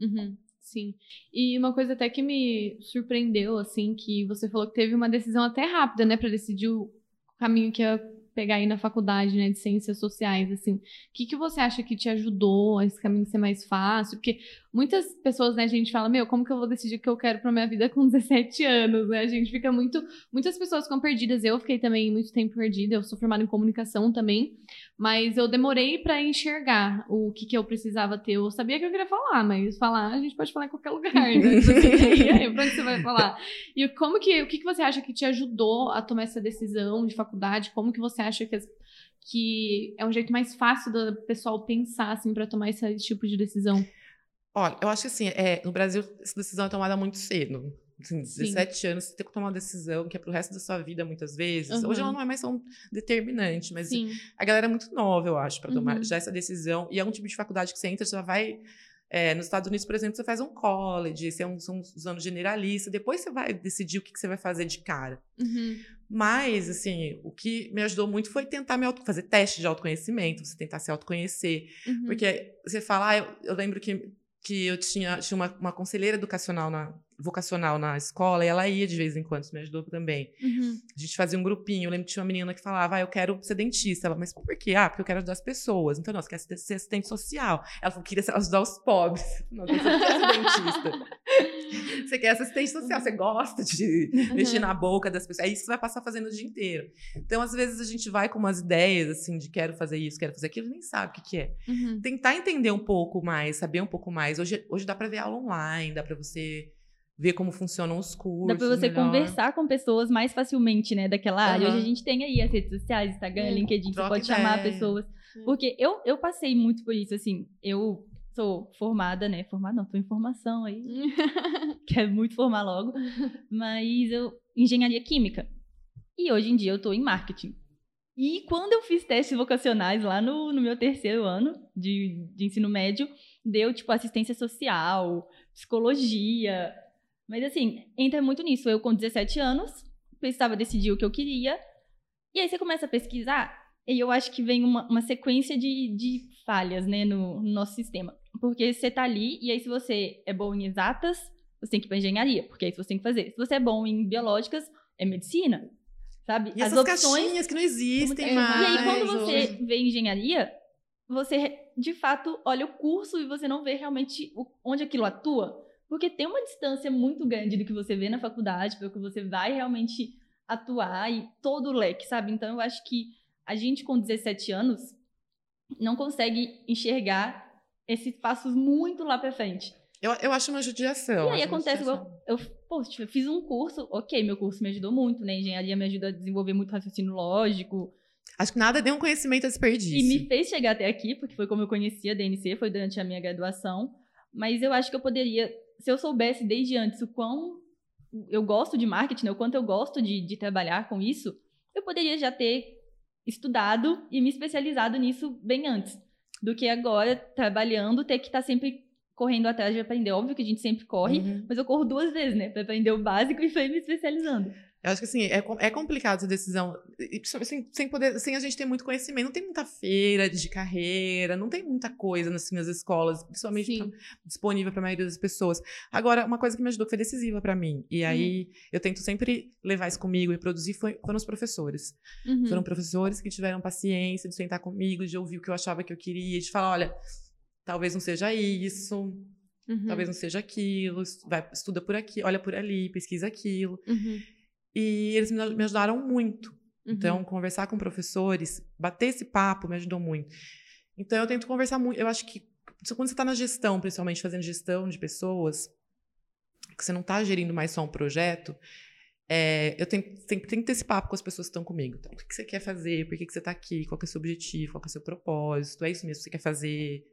Sim. E uma coisa até que me surpreendeu, assim, que você falou que teve uma decisão até rápida, né, para decidir o caminho que ia pegar aí na faculdade, né, de ciências sociais, assim. O que você acha que te ajudou a esse caminho ser mais fácil? Porque muitas pessoas, né, a gente fala, como que eu vou decidir o que eu quero pra minha vida com 17 anos, né? A gente fica muitas pessoas ficam perdidas. Eu fiquei também muito tempo perdida, eu sou formada em comunicação também, mas eu demorei pra enxergar o que eu precisava ter. Eu sabia que eu queria falar, mas falar, a gente pode falar em qualquer lugar, né? E aí, pra onde você vai falar? E o que você acha que te ajudou a tomar essa decisão de faculdade? Como que você acha que é um jeito mais fácil do pessoal pensar, assim, pra tomar esse tipo de decisão? Olha, eu acho que assim, no Brasil, essa decisão é tomada muito cedo. Assim, 17 anos, você tem que tomar uma decisão que é pro resto da sua vida, muitas vezes. Hoje ela não é mais tão determinante, mas a galera é muito nova, eu acho, para tomar já essa decisão. E é um tipo de faculdade que você entra, você já vai... nos Estados Unidos, por exemplo, você faz um college, são uns anos generalista, depois você vai decidir o que você vai fazer de cara. Mas, assim, o que me ajudou muito foi tentar fazer teste de autoconhecimento, você tentar se autoconhecer. Porque você fala, eu lembro que eu tinha uma conselheira vocacional na escola, e ela ia de vez em quando, isso me ajudou também. A gente fazia um grupinho, eu lembro que tinha uma menina que falava, eu quero ser dentista. Ela, mas por quê? Porque eu quero ajudar as pessoas. Então, você quer ser assistente social. Ela falou que queria ajudar os pobres. Não, você não quer ser dentista. Você quer assistente social, você gosta de mexer na boca das pessoas. É isso que você vai passar fazendo o dia inteiro. Então, às vezes, a gente vai com umas ideias, assim, de quero fazer isso, quero fazer aquilo, nem sabe o que é. Tentar entender um pouco mais, saber um pouco mais. Hoje dá pra ver aula online, dá pra você ver como funcionam os cursos. Dá pra você conversar com pessoas mais facilmente, né, daquela área. Hoje a gente tem aí as redes sociais, Instagram, LinkedIn, você pode chamar pessoas. Porque eu passei muito por isso, assim, eu sou formada, né, tô em formação aí, quero muito formar logo, mas engenharia química. E hoje em dia eu tô em marketing. E quando eu fiz testes vocacionais lá no meu 3º ano de ensino médio, deu, tipo, assistência social, psicologia. Mas, assim, entra muito nisso. Eu, com 17 anos, precisava decidir o que eu queria. E aí você começa a pesquisar, e eu acho que vem uma sequência de falhas, né, no nosso sistema. Porque você tá ali, e aí se você é bom em exatas, você tem que ir pra engenharia, porque é isso que você tem que fazer. Se você é bom em biológicas, é medicina, sabe? E essas caixinhas que não existem mais. E aí, quando você vê engenharia, você, de fato, olha o curso e você não vê realmente onde aquilo atua. Porque tem uma distância muito grande do que você vê na faculdade, para o que você vai realmente atuar e todo o leque, sabe? Então, eu acho que a gente, com 17 anos, não consegue enxergar esses passos muito lá pra frente. Eu acho uma judiação. E aí acontece, eu fiz um curso, meu curso me ajudou muito, né? Engenharia me ajuda a desenvolver muito raciocínio lógico. Acho que nada deu um conhecimento a desperdício. E me fez chegar até aqui, porque foi como eu conheci a DNC, foi durante a minha graduação. Mas eu acho que eu poderia, se eu soubesse desde antes o quão eu gosto de marketing, né? O quanto eu gosto de trabalhar com isso, eu poderia já ter estudado e me especializado nisso bem antes. Do que agora, trabalhando, ter que estar sempre correndo atrás de aprender. Óbvio que a gente sempre corre, mas eu corro 2 vezes, né? Pra aprender o básico e foi me especializando. Eu acho que, assim, é complicado essa decisão. Sem a gente ter muito conhecimento. Não tem muita feira de carreira, não tem muita coisa, assim, nas escolas, principalmente disponível para a maioria das pessoas. Agora, uma coisa que me ajudou, que foi decisiva para mim, e aí eu tento sempre levar isso comigo e produzir, foram os professores. Foram professores que tiveram paciência de sentar comigo, de ouvir o que eu achava que eu queria, de falar, olha, talvez não seja isso, talvez não seja aquilo, estuda por aqui, olha por ali, pesquisa aquilo. E eles me ajudaram muito. Então, conversar com professores, bater esse papo me ajudou muito. Então, eu tento conversar muito. Eu acho que quando você está na gestão, principalmente fazendo gestão de pessoas, que você não está gerindo mais só um projeto, eu tenho que ter esse papo com as pessoas que estão comigo. Então, o que você quer fazer? Por que você está aqui? Qual que é o seu objetivo? Qual que é o seu propósito? É isso mesmo que você quer fazer?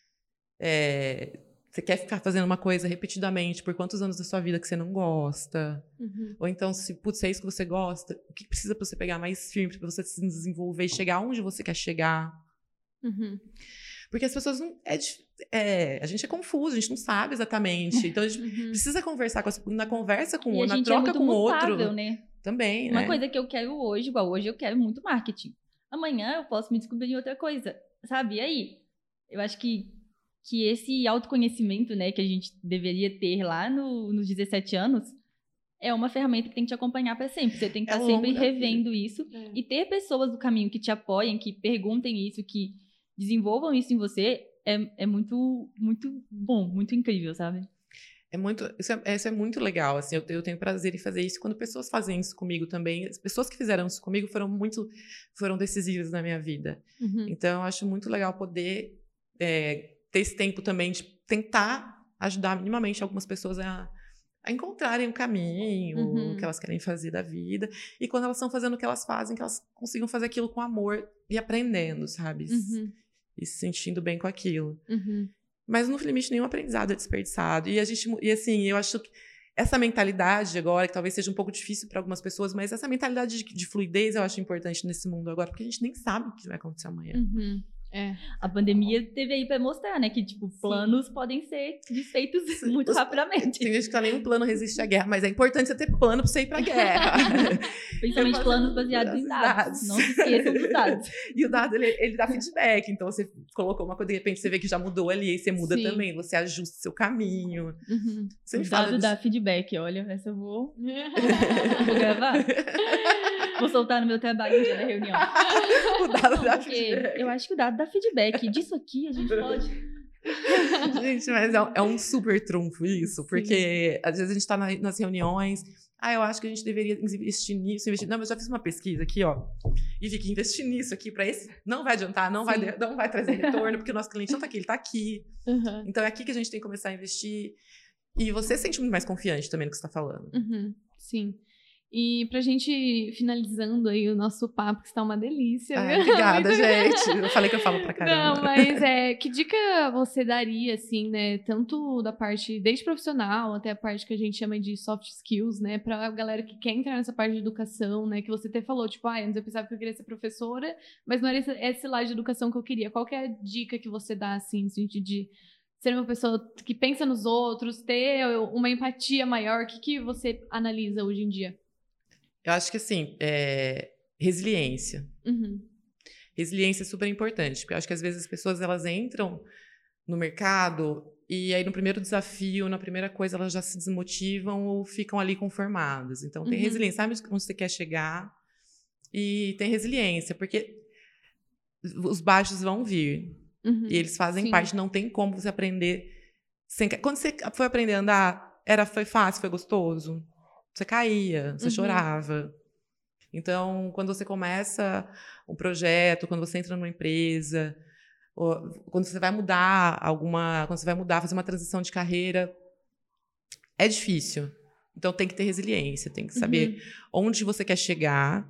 Você quer ficar fazendo uma coisa repetidamente por quantos anos da sua vida que você não gosta? Ou então, se é isso que você gosta, o que precisa para você pegar mais firme, para você se desenvolver e chegar onde você quer chegar? Porque as pessoas não... a gente é confuso, a gente não sabe exatamente. Então, a gente precisa conversar na conversa com o outro, na troca com o outro. Né? Também, Uma coisa que eu quero hoje, igual hoje eu quero muito marketing. amanhã eu posso me descobrir em outra coisa, sabe? E aí, eu acho que esse autoconhecimento, né, que a gente deveria ter lá nos 17 anos, é uma ferramenta que tem que te acompanhar para sempre. Você tem que estar sempre revendo isso e ter pessoas do caminho que te apoiem, que perguntem isso, que desenvolvam isso em você, é muito, muito bom, muito incrível, sabe? Isso é muito legal, assim, eu tenho prazer em fazer isso. Quando pessoas fazem isso comigo também, as pessoas que fizeram isso comigo foram decisivas na minha vida. Então, eu acho muito legal poder ter esse tempo também de tentar ajudar minimamente algumas pessoas a encontrarem um caminho, que elas querem fazer da vida. E quando elas estão fazendo o que elas fazem, que elas consigam fazer aquilo com amor e aprendendo, sabe? E se sentindo bem com aquilo. Mas no limite nenhum aprendizado é desperdiçado. E assim, eu acho que essa mentalidade agora, que talvez seja um pouco difícil para algumas pessoas, mas essa mentalidade de fluidez eu acho importante nesse mundo agora, porque a gente nem sabe o que vai acontecer amanhã. A pandemia teve aí pra mostrar, né? Que, tipo, planos podem ser desfeitos muito rapidamente. Tem gente que fala, nenhum plano resiste à guerra, mas é importante você ter plano pra você ir pra guerra. Principalmente planos baseados em dados. Não se esqueçam dos dados. E o dado, ele dá feedback. Então, você colocou uma coisa, de repente você vê que já mudou ali, aí você muda também. Você ajusta o seu caminho. O dado dá feedback, olha. Essa eu vou gravar. Vou soltar no meu trabalho no dia da reunião. O dado dá feedback. Eu acho que o dado dá feedback. Disso aqui a gente pode... Gente, mas é um super trunfo isso. Porque às vezes a gente tá nas reuniões... eu acho que a gente deveria investir nisso, Não, mas eu já fiz uma pesquisa aqui, ó. E vi que investir nisso aqui para esse não vai adiantar, não vai trazer retorno, porque o nosso cliente não tá aqui, ele tá aqui. Então é aqui que a gente tem que começar a investir. E você se sente muito mais confiante também no que você tá falando. Sim. E pra gente finalizando aí o nosso papo, que está uma delícia. Obrigada, gente. Eu falei que eu falo pra caramba. Não, mas que dica você daria, assim, né? Tanto da parte, desde profissional, até a parte que a gente chama de soft skills, né? Pra galera que quer entrar nessa parte de educação, né? Que você até falou, tipo, antes eu pensava que eu queria ser professora, mas não era esse lado de educação que eu queria. Qual que é a dica que você dá, assim, no sentido de ser uma pessoa que pensa nos outros, ter uma empatia maior? O que você analisa hoje em dia? Eu acho que, assim, resiliência. Resiliência é super importante, porque eu acho que, às vezes, as pessoas, elas entram no mercado e aí, no primeiro desafio, na primeira coisa, elas já se desmotivam ou ficam ali conformadas. Então, tem resiliência. Sabe onde você quer chegar? E tem resiliência, porque os baixos vão vir. E eles fazem parte, não tem como você aprender sem... Quando você foi aprender a andar, foi fácil, foi gostoso? Você caía, você chorava. Então, quando você começa um projeto, quando você entra numa empresa, quando você vai mudar quando você vai fazer uma transição de carreira, é difícil. Então, tem que ter resiliência, tem que saber onde você quer chegar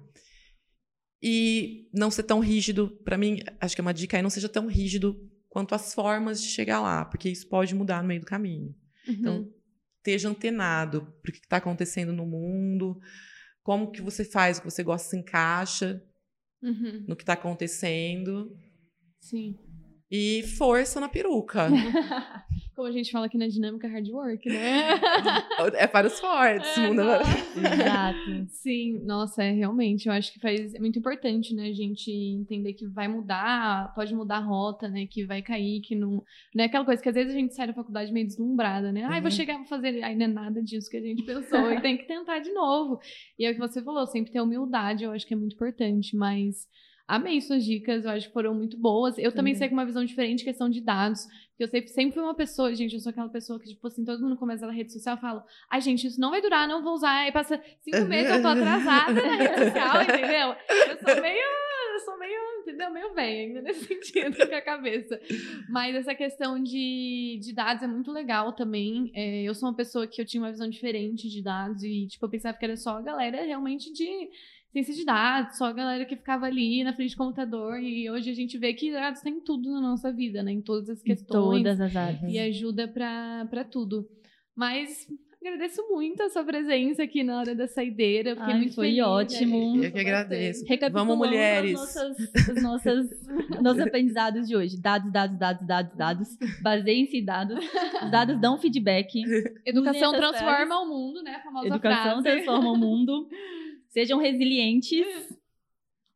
e não ser tão rígido. Para mim, acho que é uma dica aí, não seja tão rígido quanto as formas de chegar lá, porque isso pode mudar no meio do caminho. Então, esteja antenado para o que está acontecendo no mundo, como que você faz, o que você gosta se encaixa no que está acontecendo. Sim. E força na peruca. Como a gente fala aqui na dinâmica hard work, né? É para os fortes. Exato. Sim, nossa, realmente, eu acho que é muito importante, né, a gente entender que vai mudar, pode mudar a rota, né, que vai cair, que não é aquela coisa que às vezes a gente sai da faculdade meio deslumbrada, né? Vou chegar, vou fazer, não é nada disso que a gente pensou, e tem que tentar de novo. E é o que você falou, sempre ter humildade, eu acho que é muito importante, mas... Amei suas dicas, eu acho que foram muito boas. Eu também sei com uma visão diferente, questão de dados. Porque eu sempre fui uma pessoa, gente, eu sou aquela pessoa que, tipo assim, todo mundo começa na rede social e fala, gente, isso não vai durar, não vou usar. Aí passa 5 meses, eu tô atrasada na rede social, entendeu? Eu sou meio, entendeu? Meio bem ainda nesse sentido com a cabeça. Mas essa questão de dados é muito legal também. Eu sou uma pessoa que eu tinha uma visão diferente de dados e, tipo, eu pensava que era só a galera realmente de ciência de dados, só a galera que ficava ali na frente do computador, e hoje a gente vê que dados tem tudo na nossa vida, né? Em todas as questões. Em todas as áreas. E ajuda pra tudo. Mas agradeço muito a sua presença aqui na hora da saideira. Eu fiquei muito feliz. Foi ótimo. Eu que agradeço. Vamos, mulheres. Os nossos aprendizados de hoje. Dados. Baseiem-se em dados. Os dados dão feedback. Educação transforma o mundo, né? A famosa Educação frase. transforma o mundo. Sejam resilientes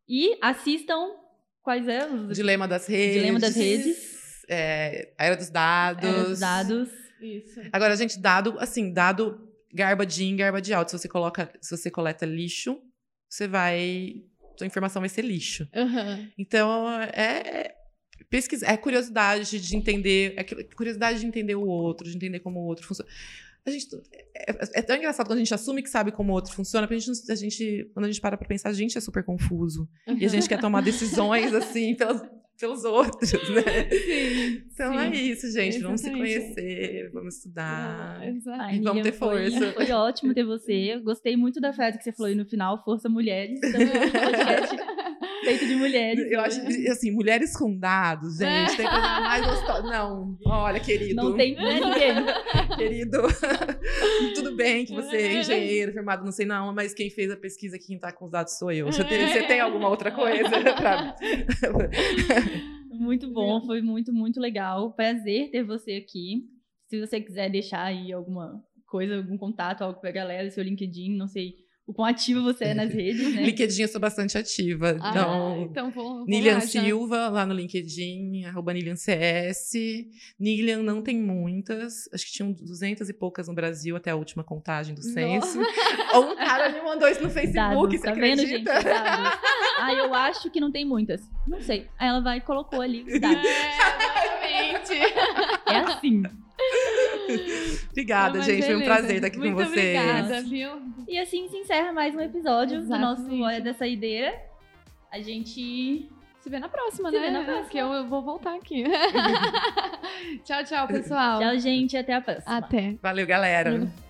E assistam quais é os Dilema das Redes. Dilema das Redes. Era dos Dados. Era dos Dados. Isso. Agora, gente, dado garbage in, garbage out. Se você coleta lixo, sua informação vai ser lixo. Uhum. Então, pesquisa, curiosidade de entender, curiosidade de entender o outro, de entender como o outro funciona. É tão engraçado quando a gente assume que sabe como o outro funciona, porque quando a gente para pra pensar, a gente é super confuso. Uhum. E a gente quer tomar decisões, assim, pelos outros, né? Sim, Então sim. é isso, gente. Vamos se Exatamente. conhecer, vamos estudar. Exato. Ai, Vamos ter força. Foi ótimo ter você. Eu gostei muito da frase que você falou aí no final, Força Mulheres. Então, um podcast feito de mulheres. Eu acho, assim, mulheres com dados, gente, tem coisa mais gostosa. Não, olha, querido. Não tem pra ninguém. Querido, tudo bem que você é engenheiro, formado, não sei não, mas quem fez a pesquisa aqui, quem tá com os dados sou eu. Você tem alguma outra coisa pra... Muito bom, foi muito, muito legal. Prazer ter você aqui. Se você quiser deixar aí alguma coisa, algum contato, algo pra galera, seu LinkedIn, não sei o quão ativa você é nas redes, né? LinkedIn eu sou bastante ativa. Então vou Nilian lá, já. Silva, lá no LinkedIn, @NilianCS. Nilian não tem muitas, acho que tinham 200 e poucas no Brasil até a última contagem do censo. Ou um cara me mandou isso no Facebook, Dados, você tá vendo, gente? acredita? Dados. Eu acho que não tem muitas. Não sei. Aí ela vai e colocou ali os dados. Exatamente. É assim. Obrigada, Mas gente. Foi um beleza. prazer estar aqui Muito com vocês. obrigada, viu? E assim se encerra mais um episódio do nosso Exatamente. Olha da Saideira. A gente Se vê na próxima, Se né? vê na próxima. Que eu vou voltar aqui. Tchau, tchau, pessoal. Tchau, gente. Até a próxima. Até. Valeu, galera.